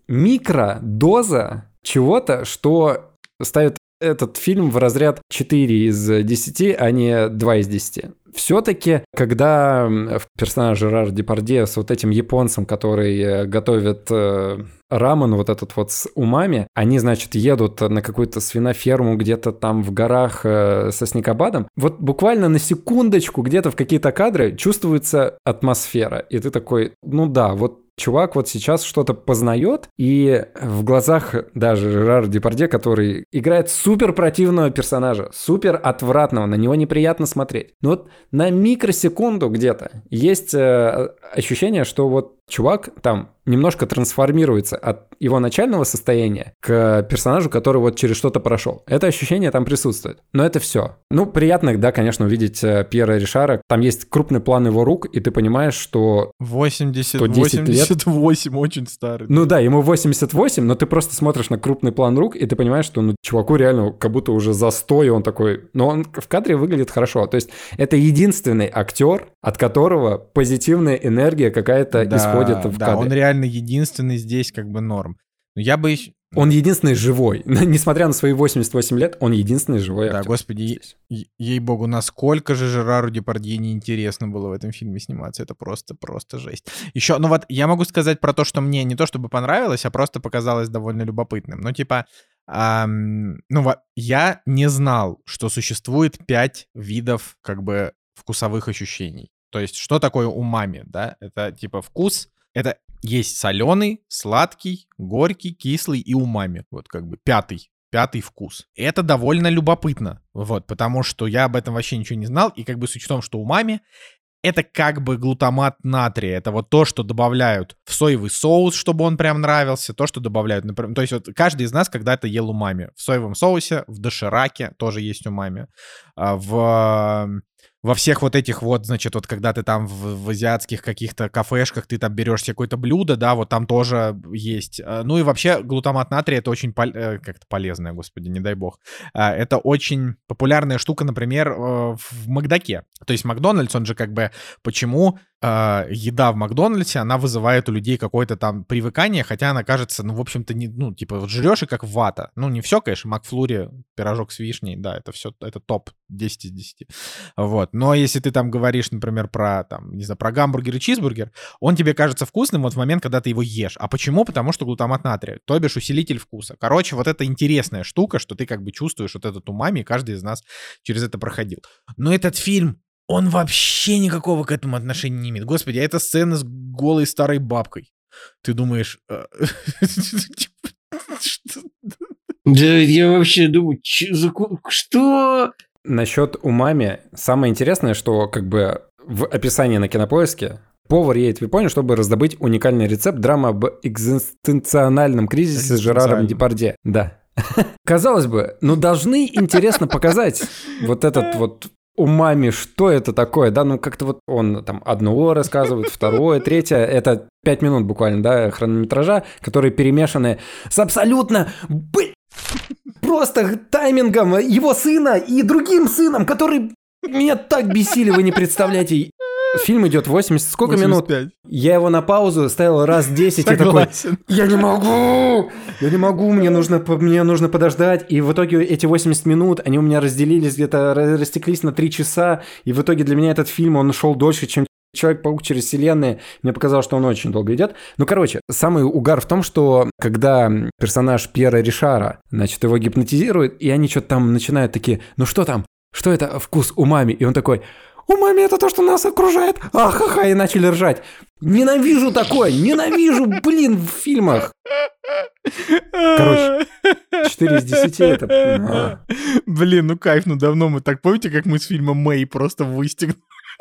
микродоза чего-то, что ставит этот фильм в разряд 4 из 10, а не 2 из 10. Все-таки, когда персонаж Жерар Депардье с вот этим японцем, который готовит рамен вот этот вот с умами, они, значит, едут на какую-то свиноферму где-то там в горах со снегопадом. Вот буквально на секундочку где-то в какие-то кадры чувствуется атмосфера. И ты такой, ну да, вот чувак вот сейчас что-то познает, и в глазах даже Жерара Депардье, который играет супер противного персонажа, супер отвратного, на него неприятно смотреть. Но вот на микросекунду где-то есть ощущение, что вот чувак там немножко трансформируется от его начального состояния к персонажу, который вот через что-то прошел. Это ощущение там присутствует. Но это все. Ну, приятно, да, конечно, увидеть Пьера Ришара. Там есть крупный план его рук, и ты понимаешь, что 88, очень старый. Ну да, ему 88, но ты просто смотришь на крупный план рук, и ты понимаешь, что ну, чуваку реально как будто уже за 100, и он такой... Но он в кадре выглядит хорошо. То есть это единственный актер, от которого позитивная энергия какая-то исходит в кадре. Да, он реально единственный здесь как бы норм. Но я бы еще... Он единственный живой. Несмотря на свои 88 лет, он единственный живой актер. Да, господи, ей-богу, насколько же Жерару Депардье неинтересно было в этом фильме сниматься. Это просто жесть. Еще, ну вот, я могу сказать про то, что мне не то чтобы понравилось, а просто показалось довольно любопытным. Ну, типа, я не знал, что существует 5 видов, как бы, вкусовых ощущений. То есть, что такое умами, да? Это, типа, вкус, это... Есть соленый, сладкий, горький, кислый и умами. Вот как бы пятый вкус. Это довольно любопытно, вот, потому что я об этом вообще ничего не знал, и как бы с учетом, что умами это как бы глутамат натрия, это вот то, что добавляют в соевый соус, чтобы он прям нравился, то, что добавляют, например, то есть вот каждый из нас когда-то ел умами. В соевом соусе, в дошираке тоже есть умами, во всех вот этих вот, значит, вот когда ты там в азиатских каких-то кафешках, ты там берешь себе какое-то блюдо, да, вот там тоже есть. Ну и вообще глутамат натрия — это очень как-то полезное, господи, не дай бог. Это очень популярная штука, например, в Макдаке. То есть Макдональдс, он же как бы, почему еда в Макдональдсе, она вызывает у людей какое-то там привыкание, хотя она кажется, ну, в общем-то, не, ну, типа, вот жрешь и как вата. Ну, не все, конечно, Макфлури, пирожок с вишней, да, это все, это топ 10 из 10. Вот. Но если ты там говоришь, например, про, там, не знаю, про гамбургер и чизбургер, он тебе кажется вкусным вот в момент, когда ты его ешь. А почему? Потому что глутамат натрия, то бишь усилитель вкуса. Короче, вот это интересная штука, что ты как бы чувствуешь вот этот умами, и каждый из нас через это проходил. Но этот фильм, он вообще никакого к этому отношения не имеет. Господи, а это сцена с голой старой бабкой. Ты думаешь... Да, я вообще думаю, что... Насчет умами, самое интересное, что как бы в описании на Кинопоиске повар едет в Японию, чтобы раздобыть уникальный рецепт драмы об экзистенциональном кризисе с Жераром Депардье. Да. Казалось бы, ну должны интересно показать вот этот вот умами, что это такое, да, ну как-то вот он там одно рассказывает, второе, третье, это 5 минут буквально, да, хронометража, которые перемешаны с абсолютно... Просто таймингом его сына и другим сыном, которые меня так бесили, вы не представляете. Фильм идет 80, сколько 85 минут? Я его на паузу ставил раз 10 и такой, я не могу, мне нужно подождать. И в итоге эти 80 минут, они у меня разделились, где-то растеклись на 3 часа. И в итоге для меня этот фильм, он шел дольше, чем Человек-паук через вселенные, мне показалось, что он очень долго идет. Ну, короче, самый угар в том, что когда персонаж Пьера Ришара, значит, его гипнотизирует, и они что-то там начинают такие, ну что там? Что это вкус умами? И он такой, умами это то, что нас окружает. Ахаха, и начали ржать. Ненавижу такое, ненавижу, блин, в фильмах. Короче, 4 из 10 это... Блин, ну кайф, ну давно мы так... Помните, как мы с фильма «Мэй» просто выстегнулись?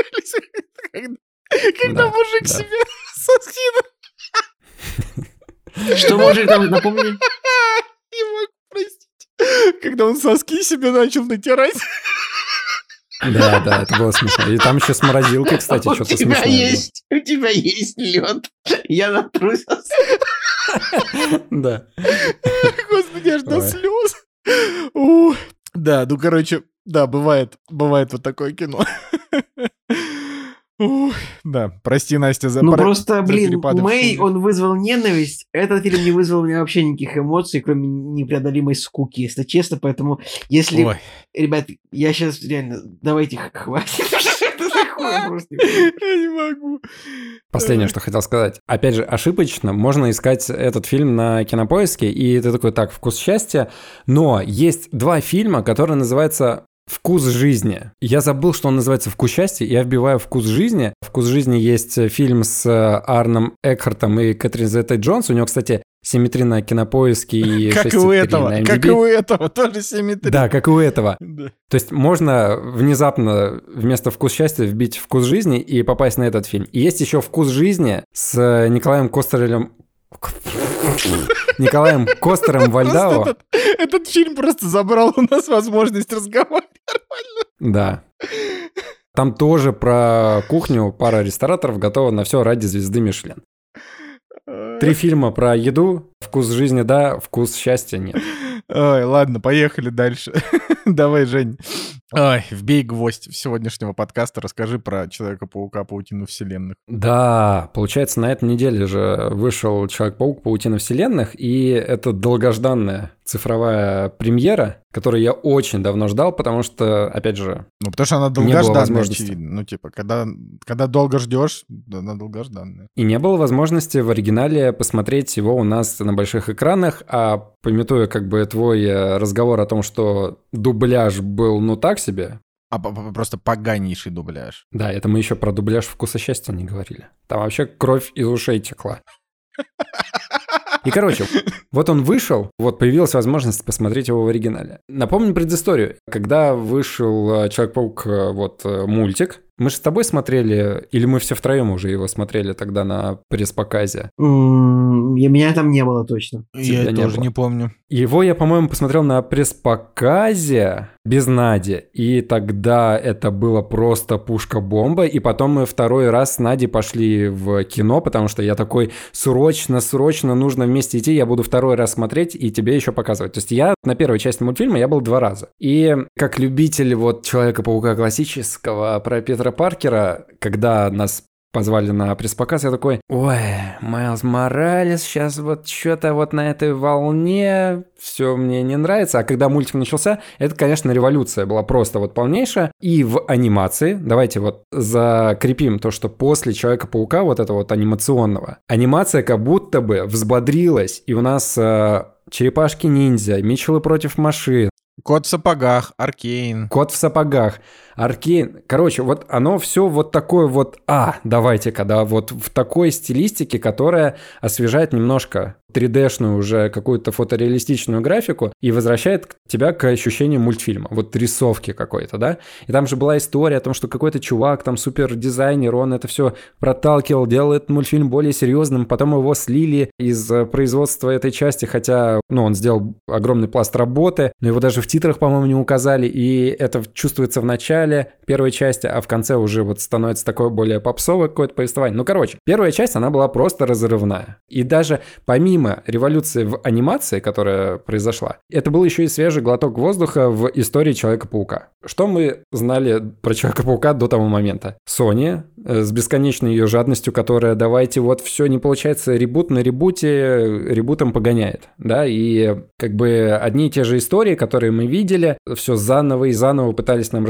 Когда мужик себе соски... Что мужик там, напомни? Не могу простить. Когда он соски себе начал натирать. Да, это было смешно. И там еще с морозилкой, кстати, что-то смешное было. У тебя есть лед. Я натрусь. Да. Господи, аж до слез. Да, ну, короче, да, бывает вот такое кино. Да, прости, Настя, за Ну просто, блин, Мэй, он вызвал ненависть. Этот фильм не вызвал у меня вообще никаких эмоций, кроме непреодолимой скуки, если честно. Поэтому, если... Ой. Ребят, я сейчас реально... Давайте хватит. Я не могу. Последнее, что хотел сказать. Опять же, ошибочно можно искать этот фильм на Кинопоиске, и ты такой, так, «Вкус счастья». Но есть 2 фильма, которые называются «Вкус жизни». Я забыл, что он называется «Вкус счастья», я вбиваю «Вкус жизни». «Вкус жизни» есть фильм с Арном Экхартом и Кэтрин Зеттой-Джонс. У него, кстати, 7,3 на Кинопоиске и 6,3 на MDB. Как и у этого, тоже 7,3. Да, как и у этого. Да. То есть можно внезапно вместо «Вкус счастья» вбить «Вкус жизни» и попасть на этот фильм. И есть еще «Вкус жизни» с Николаем Костером Вальдао. Этот фильм просто забрал у нас возможность разговаривать нормально. Да. Там тоже про кухню, пара рестораторов готова на все ради звезды Мишлен. 3 фильма про еду. Вкус жизни, да, вкус счастья нет. Ой, ладно, поехали дальше. Давай, Жень. Ой, вбей гвоздь сегодняшнего подкаста, расскажи про Человека-паука, Паутину вселенных. Да, получается, на этой неделе же вышел Человек-паук, Паутина вселенных, и это долгожданная цифровая премьера, которую я очень давно ждал, потому что, опять же, ну, потому что она долгожданная, очевидно. Ну, типа, когда долго ждешь, она долгожданная. И не было возможности в оригинале посмотреть его у нас на больших экранах, а памятуя как бы твой разговор о том, что дубляж был ну так себе. А просто поганейший дубляж. Да, это мы еще про дубляж «Вкуса счастья» не говорили. Там вообще кровь из ушей текла. И, короче, вот он вышел, вот появилась возможность посмотреть его в оригинале. Напомню предысторию. Когда вышел Человек-паук, вот, мультик, мы же с тобой смотрели, или мы все втроем уже его смотрели тогда на пресс-показе? Меня там не было точно. Я тоже не помню. Его я, по-моему, посмотрел на пресс-показе без Нади, и тогда это было просто пушка-бомба, и потом мы 2 раз с Надей пошли в кино, потому что я такой, срочно нужно вместе идти, я буду 2 раз смотреть и тебе еще показывать. То есть я на первой части мультфильма я был 2 раза. И как любитель вот Человека-паука классического про Питера Паркера, когда нас позвали на пресс-показ, я такой, ой, Майлз Моралес сейчас вот что-то вот на этой волне, все мне не нравится. А когда мультик начался, это, конечно, революция была просто вот полнейшая. И в анимации, давайте вот закрепим то, что после Человека-паука, вот этого вот анимационного, анимация как будто бы взбодрилась, и у нас Черепашки-ниндзя, Митчеллы против машин, Кот в сапогах, Аркейн. Кот в сапогах, Аркейн. Короче, вот оно все вот такое вот, давайте-ка, да, вот в такой стилистике, которая освежает немножко 3D-шную уже какую-то фотореалистичную графику и возвращает тебя к ощущению мультфильма, вот рисовки какой-то, да. И там же была история о том, что какой-то чувак, там супер-дизайнер, он это все проталкивал, делал этот мультфильм более серьезным, потом его слили из производства этой части, хотя, он сделал огромный пласт работы, но его даже в титрах, по-моему, не указали, и это чувствуется в начале первой части, а в конце уже вот становится такое более попсовое какое-то повествование. Ну, короче, первая часть, она была просто разрывная. И даже помимо революции в анимации, которая произошла, это был еще и свежий глоток воздуха в истории Человека-паука. Что мы знали про Человека-паука до того момента? Sony с бесконечной ее жадностью, которая давайте вот все не получается, ребут на ребуте, ребутом погоняет, да, и как бы одни и те же истории, которые мы видели, все заново и заново пытались нам рассказать,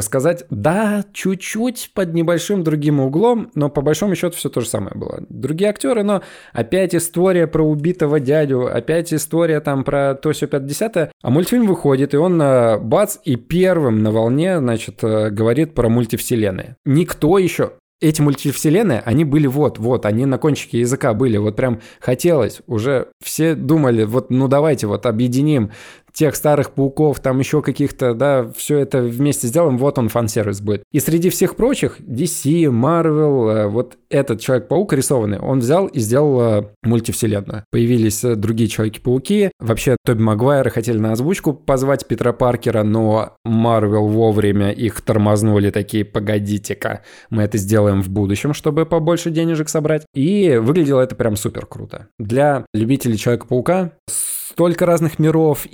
сказать, да, чуть-чуть под небольшим другим углом, но по большому счету все то же самое было. Другие актеры, но опять история про убитого дядю, опять история там про то, сё 50-е. А мультфильм выходит, и он бац, и первым на волне, значит, говорит про мультивселенные. Никто еще... Эти мультивселенные, они были вот, они на кончике языка были, вот прям хотелось, уже все думали, вот ну давайте вот объединим тех старых пауков, там еще каких-то, да, все это вместе сделаем, вот он фан-сервис будет. И среди всех прочих, DC, Marvel, вот этот Человек-паук рисованный, он взял и сделал мультивселенную. Появились другие Человеки-пауки, вообще Тоби Магуайра хотели на озвучку позвать Питера Паркера, но Marvel вовремя их тормознули, такие, погодите-ка, мы это сделаем в будущем, чтобы побольше денежек собрать. И выглядело это прям супер круто. Для любителей Человека-паука столько разных миров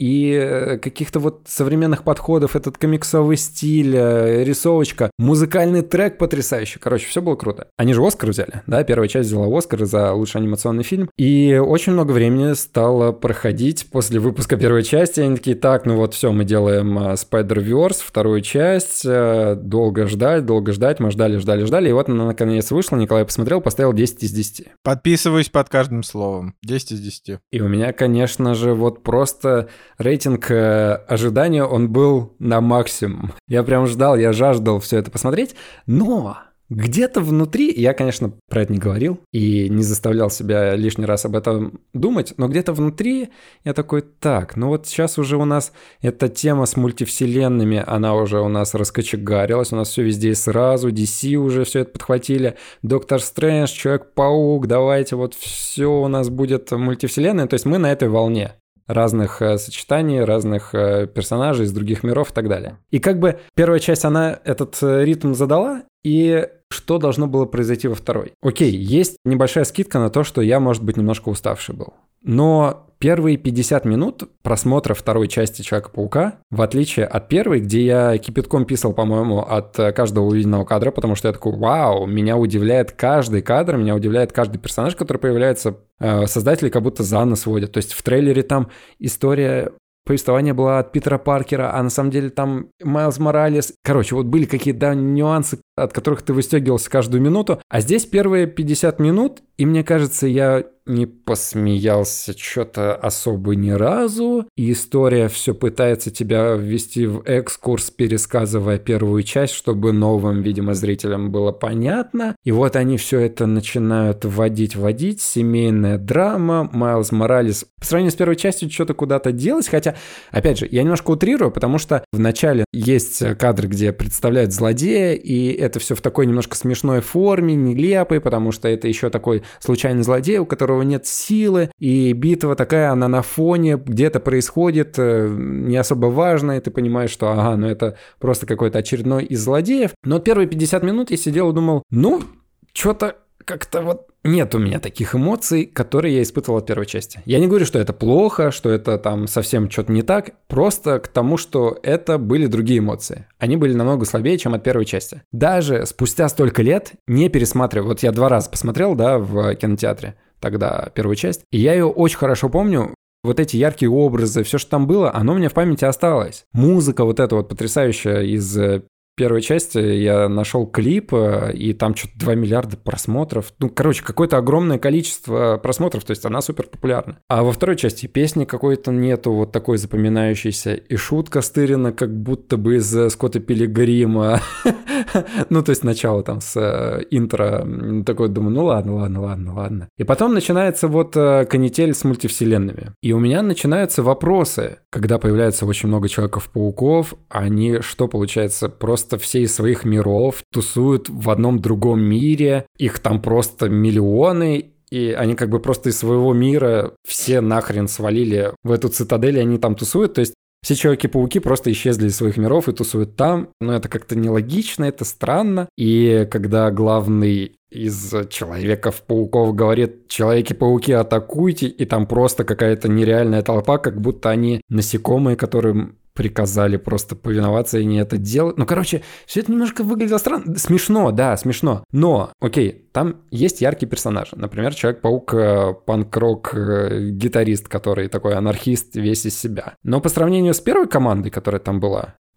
и каких-то вот современных подходов, этот комиксовый стиль, рисовочка, музыкальный трек потрясающий. Короче, все было круто. Они же Оскар взяли, да? Первая часть взяла Оскар за лучший анимационный фильм. И очень много времени стало проходить после выпуска первой части. Они такие, так, ну вот все, мы делаем Spider-Verse, вторую часть. Долго ждать. Мы ждали. И вот она наконец вышла. Николай посмотрел, поставил 10 из 10. Подписываюсь под каждым словом. 10 из 10. И у меня, конечно же, вот просто рейтинг ожидания, он был на максимум. Я прям ждал, я жаждал все это посмотреть, но где-то внутри, я, конечно, про это не говорил и не заставлял себя лишний раз об этом думать, но где-то внутри я такой, так, ну вот сейчас уже у нас эта тема с мультивселенными, она уже у нас раскочегарилась, у нас все везде и сразу, DC уже все это подхватили, Доктор Стрэндж, Человек-паук, давайте вот все у нас будет мультивселенная, то есть мы на этой волне разных сочетаний, разных персонажей из других миров и так далее. И как бы первая часть, она этот ритм задала, и что должно было произойти во второй? Окей, есть небольшая скидка на то, что я, может быть, немножко уставший был. Но первые 50 минут просмотра второй части Человека-паука, в отличие от первой, где я кипятком писал, по-моему, от каждого увиденного кадра, потому что я такой, вау, меня удивляет каждый кадр, меня удивляет каждый персонаж, который появляется. Создатели как будто за нос водят. То есть в трейлере там история... Повествование было от Питера Паркера, а на самом деле там Майлз Моралес. Короче, вот были какие-то нюансы, от которых ты выстегивался каждую минуту. А здесь первые 50 минут, и мне кажется, я не посмеялся что-то особо ни разу. И история все пытается тебя ввести в экскурс, пересказывая первую часть, чтобы новым, видимо, зрителям было понятно. И вот они все это начинают вводить. Семейная драма, Майлз Моралес. По сравнению с первой частью что-то куда-то делось, хотя, опять же, я немножко утрирую, потому что в начале есть кадры, где представляют злодея, и это все в такой немножко смешной форме, нелепой, потому что это еще такой случайный злодей, у которого нет силы, и битва такая, она на фоне где-то происходит, не особо важно, и ты понимаешь, что ага, ну это просто какой-то очередной из злодеев. Но первые 50 минут я сидел и думал, ну, что-то как-то вот нет у меня таких эмоций, которые я испытывал от первой части. Я не говорю, что это плохо, что это там совсем что-то не так, просто к тому, что это были другие эмоции. Они были намного слабее, чем от первой части. Даже спустя столько лет, не пересматривая, вот я 2 раза посмотрел, да, в кинотеатре, тогда первую часть, и я ее очень хорошо помню. Вот эти яркие образы, все, что там было, оно у меня в памяти осталось. Музыка вот эта вот потрясающая из первой части, я нашел клип, и там что-то 2 миллиарда просмотров. Ну, короче, какое-то огромное количество просмотров, то есть она супер популярна. А во второй части песни какой-то нету, вот такой запоминающейся, и шутка стырена как будто бы из Скотта Пилигрима. Ну, то есть сначала там с интро такой, думаю, ну ладно. И потом начинается вот канитель с мультивселенными. И у меня начинаются вопросы, когда появляется очень много Человеков-пауков, они что, получается, просто все из своих миров тусуют в одном другом мире, их там просто миллионы, и они как бы просто из своего мира все нахрен свалили в эту цитадель, и они там тусуют, то есть все Человеки-пауки просто исчезли из своих миров и тусуют там, но это как-то нелогично, это странно, и когда главный из Человеков-пауков говорит: Человеки-пауки, атакуйте, и там просто какая-то нереальная толпа, как будто они насекомые, которым приказали просто повиноваться, и они это делают. Ну, короче, все это немножко выглядело странно. Смешно, да, смешно. Но, окей, там есть яркие персонажи. Например, Человек-паук, панк-рок, гитарист, который такой анархист весь из себя. Но по сравнению с первой командой, которая там была,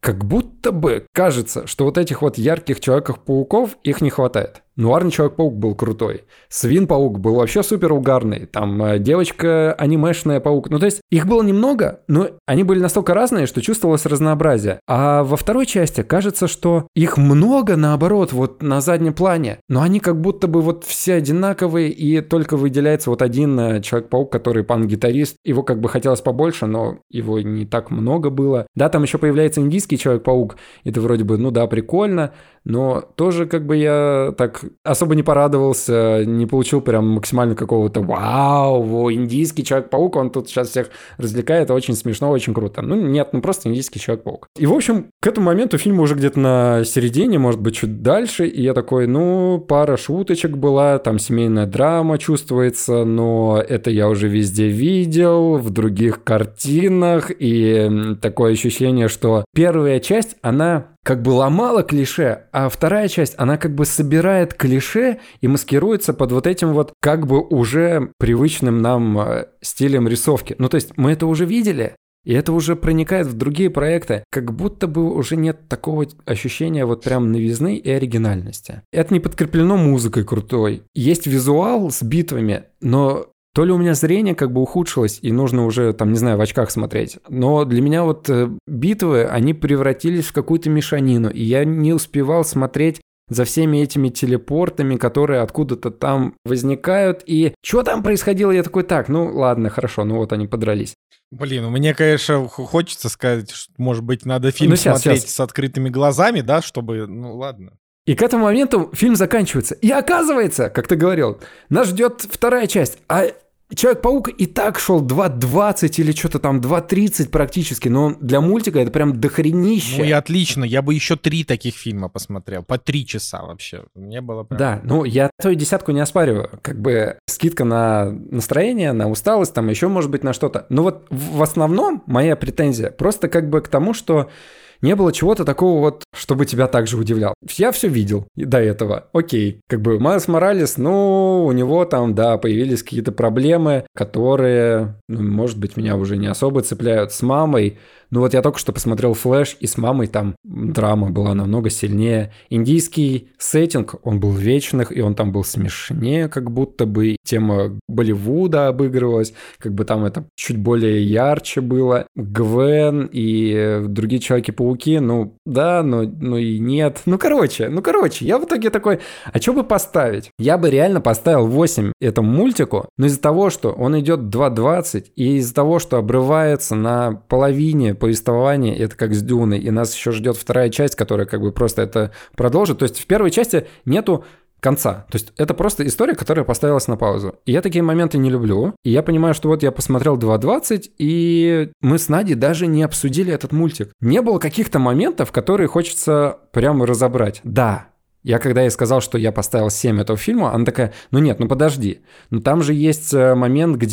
как будто бы кажется, что вот этих вот ярких Человеков-пауков их не хватает. Нуарный Человек-паук был крутой. Свин-паук был вообще супер угарный. Там девочка анимешная паук. Ну, то есть их было немного, но они были настолько разные, что чувствовалось разнообразие. А во второй части кажется, что их много, наоборот, вот на заднем плане. Но они как будто бы вот все одинаковые, и только выделяется вот один Человек-паук, который пан-гитарист. Его как бы хотелось побольше, но его не так много было. Да, там еще появляется индийский Человек-паук. Это вроде бы, ну да, прикольно. Но тоже как бы я так особо не порадовался, не получил прям максимально какого-то вау, индийский Человек-паук, он тут сейчас всех развлекает, очень смешно, очень круто. Ну нет, ну просто индийский Человек-паук. И в общем, к этому моменту фильма уже где-то на середине, может быть, чуть дальше, и я такой, ну, пара шуточек была, там семейная драма чувствуется, но это я уже везде видел, в других картинах, и такое ощущение, что первая часть, она как бы ломала клише, а вторая часть, она как бы собирает клише и маскируется под вот этим вот как бы уже привычным нам стилем рисовки. Ну, то есть мы это уже видели, и это уже проникает в другие проекты. Как будто бы уже нет такого ощущения вот прям новизны и оригинальности. Это не подкреплено музыкой крутой. Есть визуал с битвами, но... То ли у меня зрение как бы ухудшилось, и нужно уже, там, не знаю, в очках смотреть. Но для меня вот битвы, они превратились в какую-то мешанину, и я не успевал смотреть за всеми этими телепортами, которые откуда-то там возникают. И что там происходило? Я такой, так, ну ладно, хорошо, ну вот они подрались. Блин, мне, конечно, хочется сказать, что, может быть, надо фильм смотреть с открытыми глазами, да, чтобы, ну ладно. И к этому моменту фильм заканчивается. И оказывается, как ты говорил, нас ждет вторая часть. А Человек-паук и так шел 2.20 или что-то там, 2.30 практически. Но для мультика это прям дохренище. Ну и отлично, я бы еще 3 таких фильма посмотрел. По 3 часа вообще. Мне было прям... Да, ну я твою десятку не оспариваю. Как бы скидка на настроение, на усталость, там еще может быть на что-то. Но вот в основном моя претензия просто как бы к тому, что... Не было чего-то такого вот, чтобы тебя также удивлял. Я все видел до этого. Окей. Как бы Майлз Моралес, ну, у него там, да, появились какие-то проблемы, которые, ну, может быть, меня уже не особо цепляют с мамой. Ну вот я только что посмотрел «Флэш», и с мамой там драма была намного сильнее. Индийский сеттинг, он был вечных, и он там был смешнее, как будто бы. Тема Болливуда обыгрывалась, как бы там это чуть более ярче было. Гвен и другие Человеки-пауки, ну да, но и нет. Ну короче, я в итоге такой, а что бы поставить? Я бы реально поставил 8 этому мультику, но из-за того, что он идет 2.20, и из-за того, что обрывается на половине повествования, это как с Дюной, и нас еще ждет вторая часть, которая как бы просто это продолжит. То есть в первой части нету конца. То есть это просто история, которая поставилась на паузу. И я такие моменты не люблю. И я понимаю, что вот я посмотрел 2.20, и мы с Надей даже не обсудили этот мультик. Не было каких-то моментов, которые хочется прямо разобрать. Да, я когда ей сказал, что я поставил 7 этого фильма, она такая, ну нет, ну подожди. Ну там же есть момент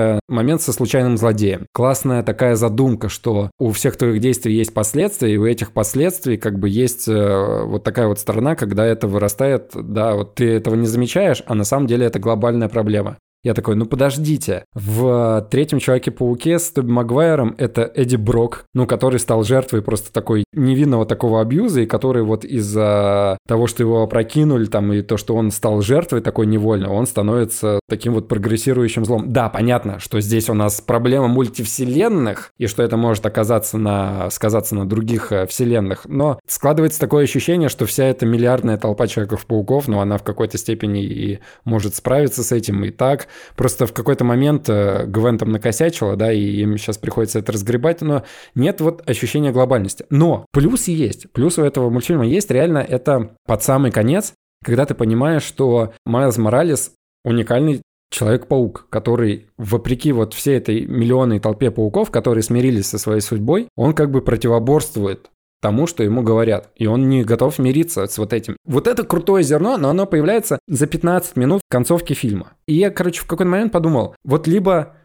со случайным злодеем. Классная такая задумка, что у всех твоих действий есть последствия, и у этих последствий как бы есть вот такая вот сторона, когда это вырастает, да, вот ты этого не замечаешь, а на самом деле это глобальная проблема. Я такой, ну подождите, в третьем Человеке-пауке с Тоби Магуайром это Эдди Брок, ну, который стал жертвой просто такой невинного такого абьюза, и который вот из-за того, что его опрокинули там, и то, что он стал жертвой такой невольно, он становится таким вот прогрессирующим злом. Да, понятно, что здесь у нас проблема мультивселенных, и что это может сказаться на других вселенных, но складывается такое ощущение, что вся эта миллиардная толпа Человеков-пауков, ну, она в какой-то степени и может справиться с этим, и так. Просто в какой-то момент Гвен там накосячила, да, и им сейчас приходится это разгребать, но нет вот ощущения глобальности. Но плюс есть, плюс у этого мультфильма есть реально, это под самый конец, когда ты понимаешь, что Майлз Моралес уникальный Человек-паук, который, вопреки вот всей этой миллионной толпе пауков, которые смирились со своей судьбой, он как бы противоборствует тому, что ему говорят. И он не готов мириться с вот этим. Вот это крутое зерно, но оно появляется за 15 минут в концовке фильма. И я, короче, в какой-то момент подумал, вот либо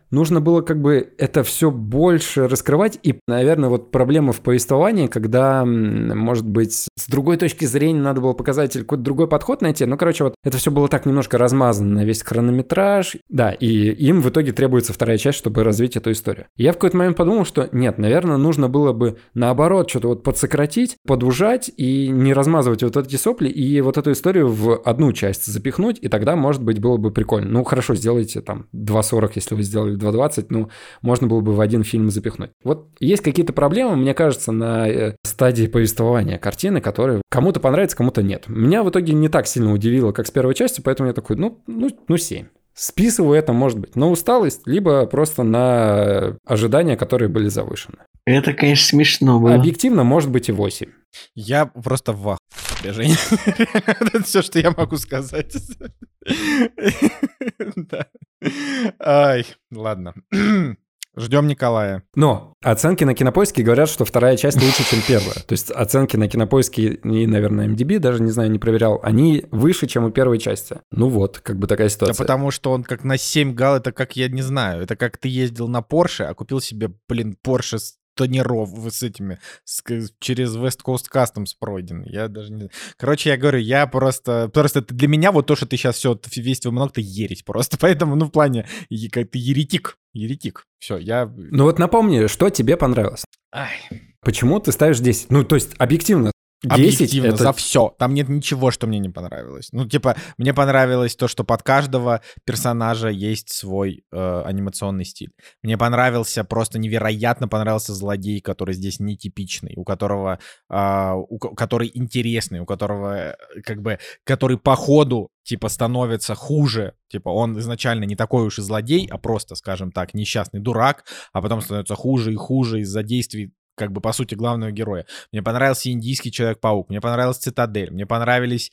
нужно было как бы это все больше раскрывать. И, наверное, вот проблема в повествовании, когда, может быть, с другой точки зрения надо было показать или какой-то другой подход найти. Ну, короче, вот это все было так немножко размазано на весь хронометраж. Да, и им в итоге требуется вторая часть, чтобы развить эту историю. Я в какой-то момент подумал, что нет, наверное, нужно было бы наоборот что-то вот подсократить, подужать и не размазывать вот эти сопли и вот эту историю в одну часть запихнуть, и тогда, может быть, было бы прикольно. Ну, хорошо, сделайте там 2.40, если вы сделали 2.20, ну, можно было бы в один фильм запихнуть. Вот есть какие-то проблемы, мне кажется, на стадии повествования картины, которые кому-то понравятся, кому-то нет. Меня в итоге не так сильно удивило, как с первой части, поэтому я такой, ну 7. Списываю это, может быть, на усталость, либо просто на ожидания, которые были завышены. Это, конечно, смешно было. Объективно, может быть, и 8. Я просто в ахуе, Женя. Это все, что я могу сказать. Ай, ладно. Ждем Николая. Но оценки на Кинопоиске говорят, что вторая часть лучше, чем первая. То есть оценки на Кинопоиске и, наверное, MDB, даже не знаю, не проверял, они выше, чем у первой части. Ну вот, как бы такая ситуация. Да потому что он как на 7 гал, это как, я не знаю, это как ты ездил на Порше, а купил себе, Порше с тониров с этими, через West Coast Customs пройден. Я даже не... Короче, я говорю, я просто это для меня вот то, что ты сейчас все, весь твой монолог, ты ересь просто. Поэтому, ну, в плане, как ты еретик. Все, я... Ну вот напомни, что тебе понравилось? Почему ты ставишь 10? Ну, то есть, объективно. 10 Объективно, это... за все. Там нет ничего, что мне не понравилось. Ну, типа, мне понравилось то, что под каждого персонажа есть свой анимационный стиль. Мне просто невероятно понравился злодей, который здесь нетипичный, у которого, который интересный, у которого, который по ходу, типа, становится хуже. Типа, он изначально не такой уж и злодей, а просто, скажем так, несчастный дурак, а потом становится хуже и хуже из-за действий, по сути, главного героя. Мне понравился индийский Человек-паук, мне понравилась Цитадель, мне понравилась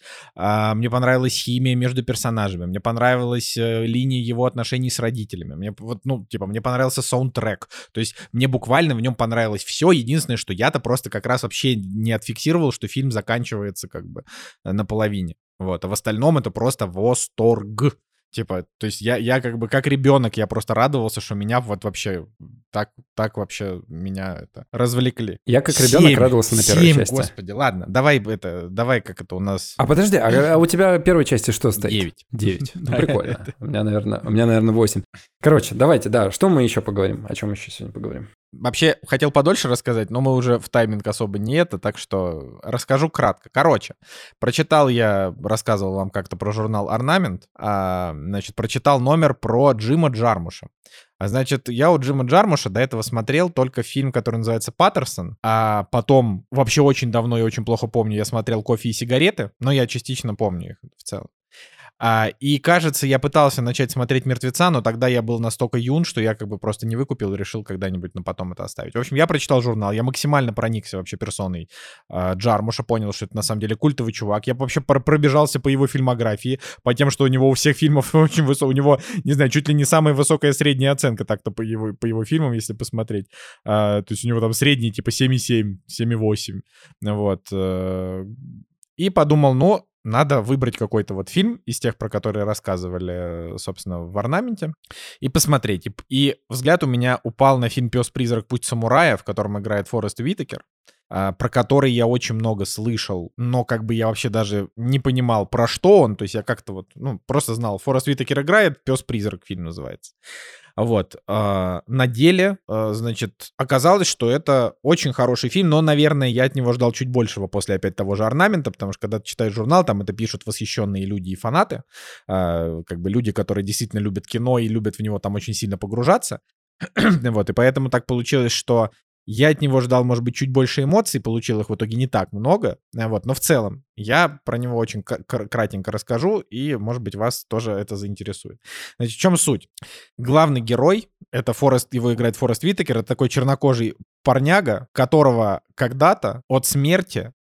химия между персонажами, мне понравилась линия его отношений с родителями, мне понравился саундтрек. То есть мне буквально в нем понравилось все. Единственное, что я-то просто как раз вообще не отфиксировал, что фильм заканчивается наполовине. Вот. А в остальном это просто восторг. Типа, то есть я как ребенок, я просто радовался, что меня вот вообще так вообще меня развлекли. Я как ребенок радовался на первой части. Господи, ладно, давай как это у нас... А подожди, а у тебя в первой части что стоит? 9. 9. Ну, прикольно. У меня, наверное, 8. Короче, давайте, да, что мы еще поговорим? О чем еще сегодня поговорим? Вообще, хотел подольше рассказать, но мы уже в тайминг особо не так что расскажу кратко. Короче, рассказывал вам как-то про журнал «Орнамент», прочитал номер про Джима Джармуша. Значит, я у Джима Джармуша до этого смотрел только фильм, который называется «Паттерсон», а потом, вообще очень давно и очень плохо помню, я смотрел «Кофе и сигареты», но я частично помню их в целом. И, кажется, я пытался начать смотреть «Мертвеца», но тогда я был настолько юн, что я просто не выкупил и решил когда-нибудь потом это оставить. В общем, я прочитал журнал, я максимально проникся вообще персоной Джармуша, понял, что это на самом деле культовый чувак. Я вообще пробежался по его фильмографии, по тем, что у него у всех фильмов очень высокая, у него, не знаю, чуть ли не самая высокая средняя оценка так-то по его фильмам, если посмотреть. То есть у него там средний типа 7,7, 7,8. Вот. И подумал, надо выбрать какой-то фильм из тех, про которые рассказывали, собственно, в «Орнаменте», и посмотреть. И взгляд у меня упал на фильм «Пес-призрак. Путь самурая», в котором играет Форест Уитакер, про который я очень много слышал, но я вообще даже не понимал, про что он. То есть я как-то просто знал, Форест Уитакер играет, «Пес-призрак» фильм называется. Вот. На деле, оказалось, что это очень хороший фильм, но, наверное, я от него ждал чуть большего после опять того же «Орнамента», потому что, когда ты читаешь журнал, там это пишут восхищенные люди и фанаты, люди, которые действительно любят кино и любят в него там очень сильно погружаться. Вот. И поэтому так получилось, что я от него ждал, может быть, чуть больше эмоций, получил их в итоге не так много, вот, но в целом я про него очень кратенько расскажу, и, может быть, вас тоже это заинтересует. Значит, в чем суть? Главный герой, его играет Форест Уитакер, это такой чернокожий парняга, которого когда-то от смерти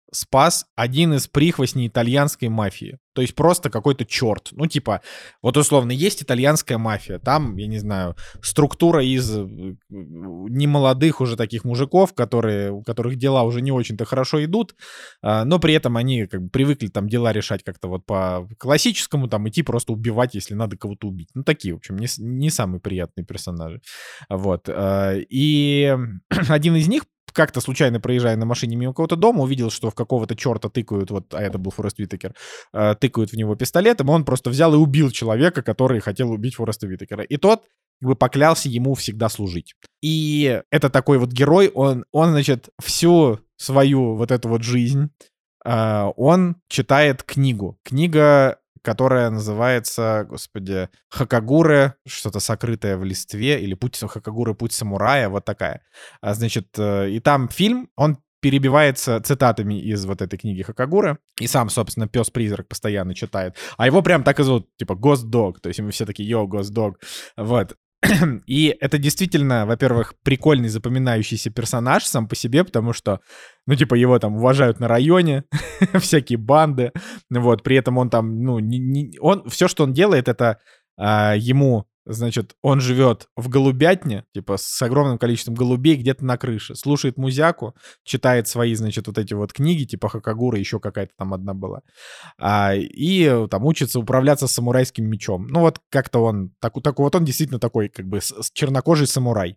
спас один из прихвостней итальянской мафии. То есть просто какой-то черт. Ну, типа, вот условно, есть итальянская мафия. Там, я не знаю, структура из немолодых уже таких мужиков, у которых дела уже не очень-то хорошо идут, но при этом они как бы привыкли там дела решать как-то вот по классическому, там идти просто убивать, если надо кого-то убить. Ну, такие, в общем, не самые приятные персонажи. Вот. И один из них, как-то случайно проезжая на машине мимо какого-то дома, увидел, что в какого-то черта тыкают, вот, а это был Форест Уитакер, тыкают в него пистолетом, и он просто взял и убил человека, который хотел убить Фореста Уитакера. И тот как бы поклялся ему всегда служить. И это такой вот герой, он значит, всю свою вот эту вот жизнь, он читает книгу. Книга, которая называется, господи, Хакагуре, что-то сокрытое в листве, или Путь Хакагуре, Путь самурая, вот такая. Значит, и там фильм, он перебивается цитатами из вот этой книги Хакагуре, и сам, собственно, пес-призрак постоянно читает. А его прям так и зовут, типа, Ghost Dog, то есть мы все такие, йоу, Ghost Dog, вот. И это действительно, во-первых, прикольный запоминающийся персонаж сам по себе, потому что, ну, типа, его там уважают на районе, всякие банды, вот, при этом он там, ну, все, что он делает, это ему, значит, он живет в голубятне, типа, с огромным количеством голубей где-то на крыше, слушает музяку, читает свои, значит, вот эти вот книги, типа Хакагура, еще какая-то там одна была, и там учится управляться самурайским мечом. Ну, вот как-то он, вот он действительно такой, как бы, чернокожий самурай.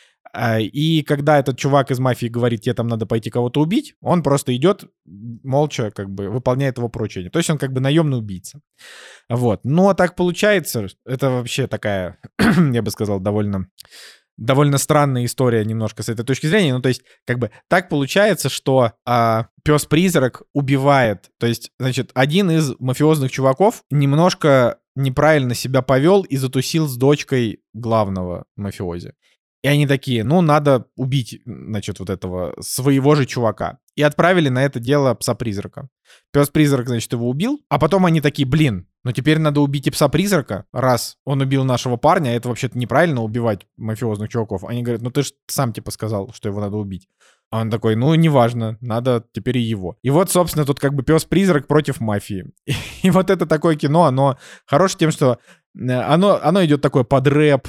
И когда этот чувак из мафии говорит, тебе там надо пойти кого-то убить, он просто идет молча, как бы выполняет его поручение. То есть он как бы наемный убийца. Вот. Но так получается, это вообще такая, я бы сказал, довольно странная история немножко с этой точки зрения. Ну, то есть, как бы так получается, что пес-призрак убивает. То есть, значит, один из мафиозных чуваков немножко неправильно себя повел и затусил с дочкой главного мафиози. И они такие, ну, надо убить, значит, вот этого своего же чувака. И отправили на это дело пса-призрака. Пес-призрак, значит, его убил. А потом они такие, блин, ну теперь надо убить и пса-призрака, раз он убил нашего парня, а это вообще-то неправильно убивать мафиозных чуваков. Они говорят, ну ты же сам типа сказал, что его надо убить. А он такой, ну неважно, надо теперь и его. И вот, собственно, тут как бы пес-призрак против мафии. И вот это такое кино, оно хорошее тем, что оно идет такое под рэп.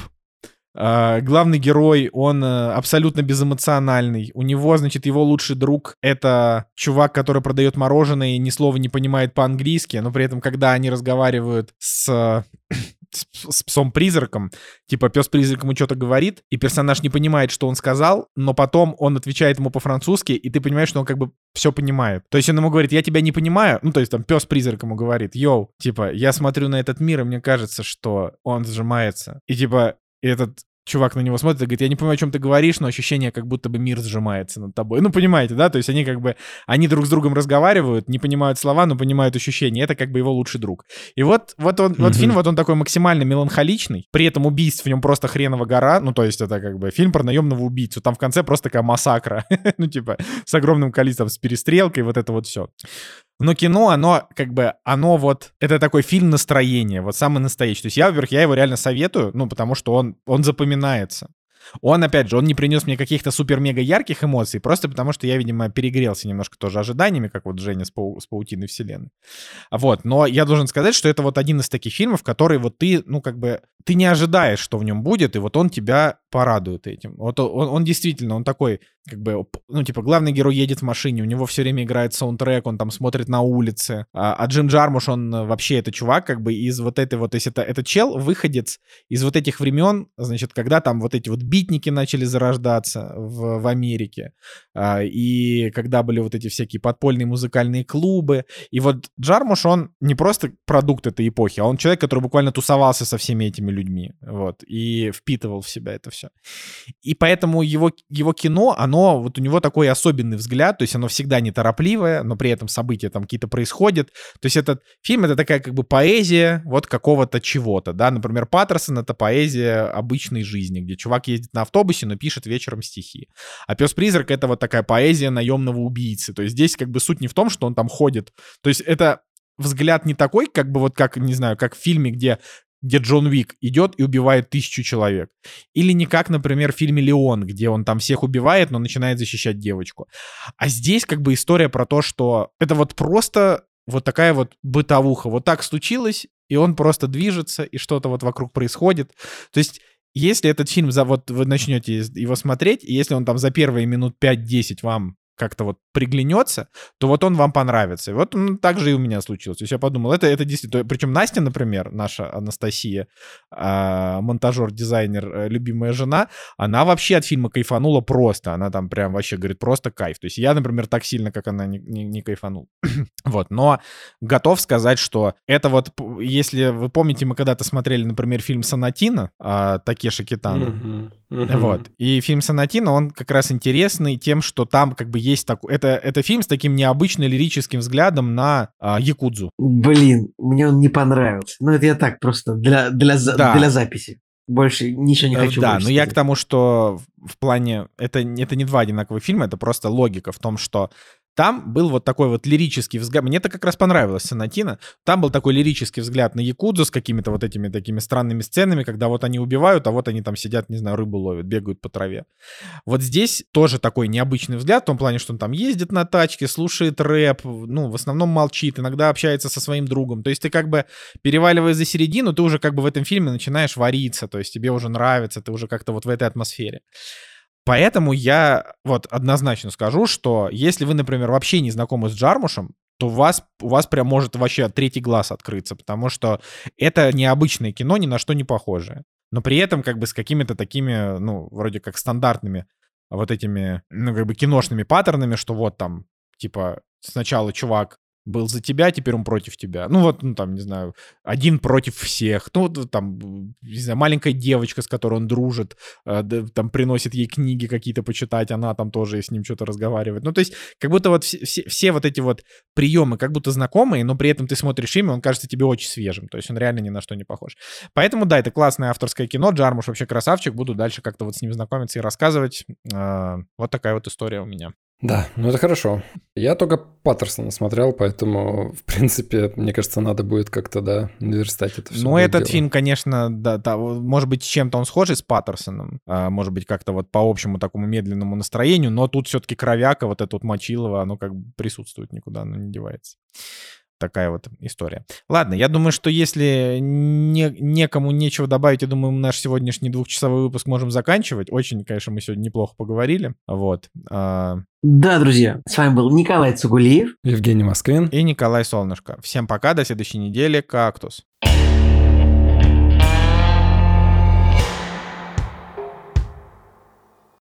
Главный герой, он абсолютно безэмоциональный. У него, значит, его лучший друг — это чувак, который продает мороженое и ни слова не понимает по-английски, но при этом, когда они разговаривают с псом-призраком, типа пес-призрак ему что-то говорит, и персонаж не понимает, что он сказал, но потом он отвечает ему по-французски, и ты понимаешь, что он как бы все понимает. То есть он ему говорит, я тебя не понимаю, ну то есть там пес-призрак ему говорит, йоу, типа, я смотрю на этот мир, и мне кажется, что он сжимается. И типа, и этот чувак на него смотрит и говорит, я не понимаю, о чем ты говоришь, но ощущение, как будто бы мир сжимается над тобой. Ну, понимаете, да? То есть они как бы, они друг с другом разговаривают, не понимают слова, но понимают ощущения. Это как бы его лучший друг. И вот фильм, вот он такой максимально меланхоличный, при этом убийств в нем просто хреново гора. Ну, то есть это как бы фильм про наемного убийцу. Там в конце просто такая массакра. Ну, типа, с огромным количеством, с перестрелкой, вот это вот все. Но кино, оно вот, это такой фильм настроения, вот самый настоящий. То есть во-первых, я его реально советую, ну, потому что он запоминается. Он, опять же, он не принес мне каких-то супер-мега ярких эмоций, просто потому что я, видимо, перегрелся немножко тоже ожиданиями, как вот Женя с «Паутиной вселенной». Вот, но я должен сказать, что это вот один из таких фильмов, который вот ты, ну, как бы, ты не ожидаешь, что в нем будет, и вот он тебя порадует этим. Вот он действительно, он такой, как бы, ну, типа, главный герой едет в машине, у него все время играет саундтрек, он там смотрит на улице, а Джим Джармуш, он вообще, это чувак, как бы, из вот этой вот, то есть это чел, выходец из вот этих времен, значит, когда там вот эти вот битники начали зарождаться в Америке, и когда были вот эти всякие подпольные музыкальные клубы, и вот Джармуш, он не просто продукт этой эпохи, а он человек, который буквально тусовался со всеми этими людьми, вот, и впитывал в себя это все. И поэтому его кино, оно, вот у него такой особенный взгляд, то есть оно всегда неторопливое, но при этом события там какие-то происходят, то есть этот фильм — это такая как бы поэзия вот какого-то чего-то, да, например, Паттерсон — это поэзия обычной жизни, где чувак ездит на автобусе, но пишет вечером стихи. А «Пес-призрак» — это вот такая поэзия наемного убийцы. То есть здесь как бы суть не в том, что он там ходит. То есть это взгляд не такой, как бы вот как, не знаю, как в фильме, где где Джон Уик идет и убивает 1000 человек. Или не как, например, в фильме «Леон», где он там всех убивает, но начинает защищать девочку. А здесь как бы история про то, что это вот просто вот такая вот бытовуха. Вот так случилось, и он просто движется, и что-то вот вокруг происходит. То есть если этот фильм, вот вы начнете его смотреть, и если он там за первые минут 5-10 вам как-то вот приглянется, то вот он вам понравится. И вот так же и у меня случилось. То есть я подумал, это действительно... Причем Настя, например, наша Анастасия, монтажер, дизайнер, любимая жена, она вообще от фильма кайфанула просто. Она там прям вообще говорит, просто кайф. То есть я, например, так сильно, как она, не кайфанул. Вот, но готов сказать, что это вот... Если вы помните, мы когда-то смотрели, например, фильм «Сонатина» Такеши Китано. Вот. И фильм «Сонатина», он как раз интересный тем, что там как бы есть такой... Это фильм с таким необычным лирическим взглядом на якудзу. Блин, мне он не понравился. Ну, это я так просто для записи. Больше ничего не хочу. Да, но я к тому, что в плане... Это не два одинаковых фильма, это просто логика в том, что там был вот такой вот лирический взгляд. Мне это как раз понравилось, «Сонатина». Там был такой лирический взгляд на якудзу с какими-то вот этими такими странными сценами, когда вот они убивают, а вот они там сидят, не знаю, рыбу ловят, бегают по траве. Вот здесь тоже такой необычный взгляд, в том плане, что он там ездит на тачке, слушает рэп, ну, в основном молчит, иногда общается со своим другом. То есть ты как бы, переваливая за середину, ты уже как бы в этом фильме начинаешь вариться, то есть тебе уже нравится, ты уже как-то вот в этой атмосфере. Поэтому я вот однозначно скажу, что если вы, например, вообще не знакомы с Джармушем, то у вас прям может вообще третий глаз открыться, потому что это необычное кино, ни на что не похожее. Но при этом как бы с какими-то такими, ну, вроде как стандартными вот этими, ну, как бы киношными паттернами, что вот там, типа, сначала чувак был за тебя, теперь он против тебя. Ну вот, ну там, не знаю, один против всех. Ну вот там, не знаю, маленькая девочка, с которой он дружит, там приносит ей книги какие-то почитать, она там тоже с ним что-то разговаривает. Ну то есть как будто вот все вот эти вот приемы как будто знакомые, но при этом ты смотришь фильм, и он кажется тебе очень свежим. То есть он реально ни на что не похож. Поэтому да, это классное авторское кино. Джармуш вообще красавчик. Буду дальше как-то вот с ним знакомиться и рассказывать. Вот такая вот история у меня. Да, ну это хорошо. Я только Паттерсона смотрел, поэтому, в принципе, мне кажется, надо будет как-то, да, наверстать это все. Ну, этот фильм, конечно, да, может быть, с чем-то он схожий с Паттерсоном, может быть, как-то вот по общему такому медленному настроению, но тут все-таки кровяка, вот это вот Мочилово, оно как бы присутствует, никуда оно не девается. Такая вот история. Ладно, я думаю, что если некому нечего добавить, я думаю, мы наш сегодняшний 2-часовой выпуск можем заканчивать. Очень, конечно, мы сегодня неплохо поговорили. Вот. Да, друзья, с вами был Николай Цугулиев, Евгений Москвин и Николай Солнышко. Всем пока, до следующей недели. Кактус.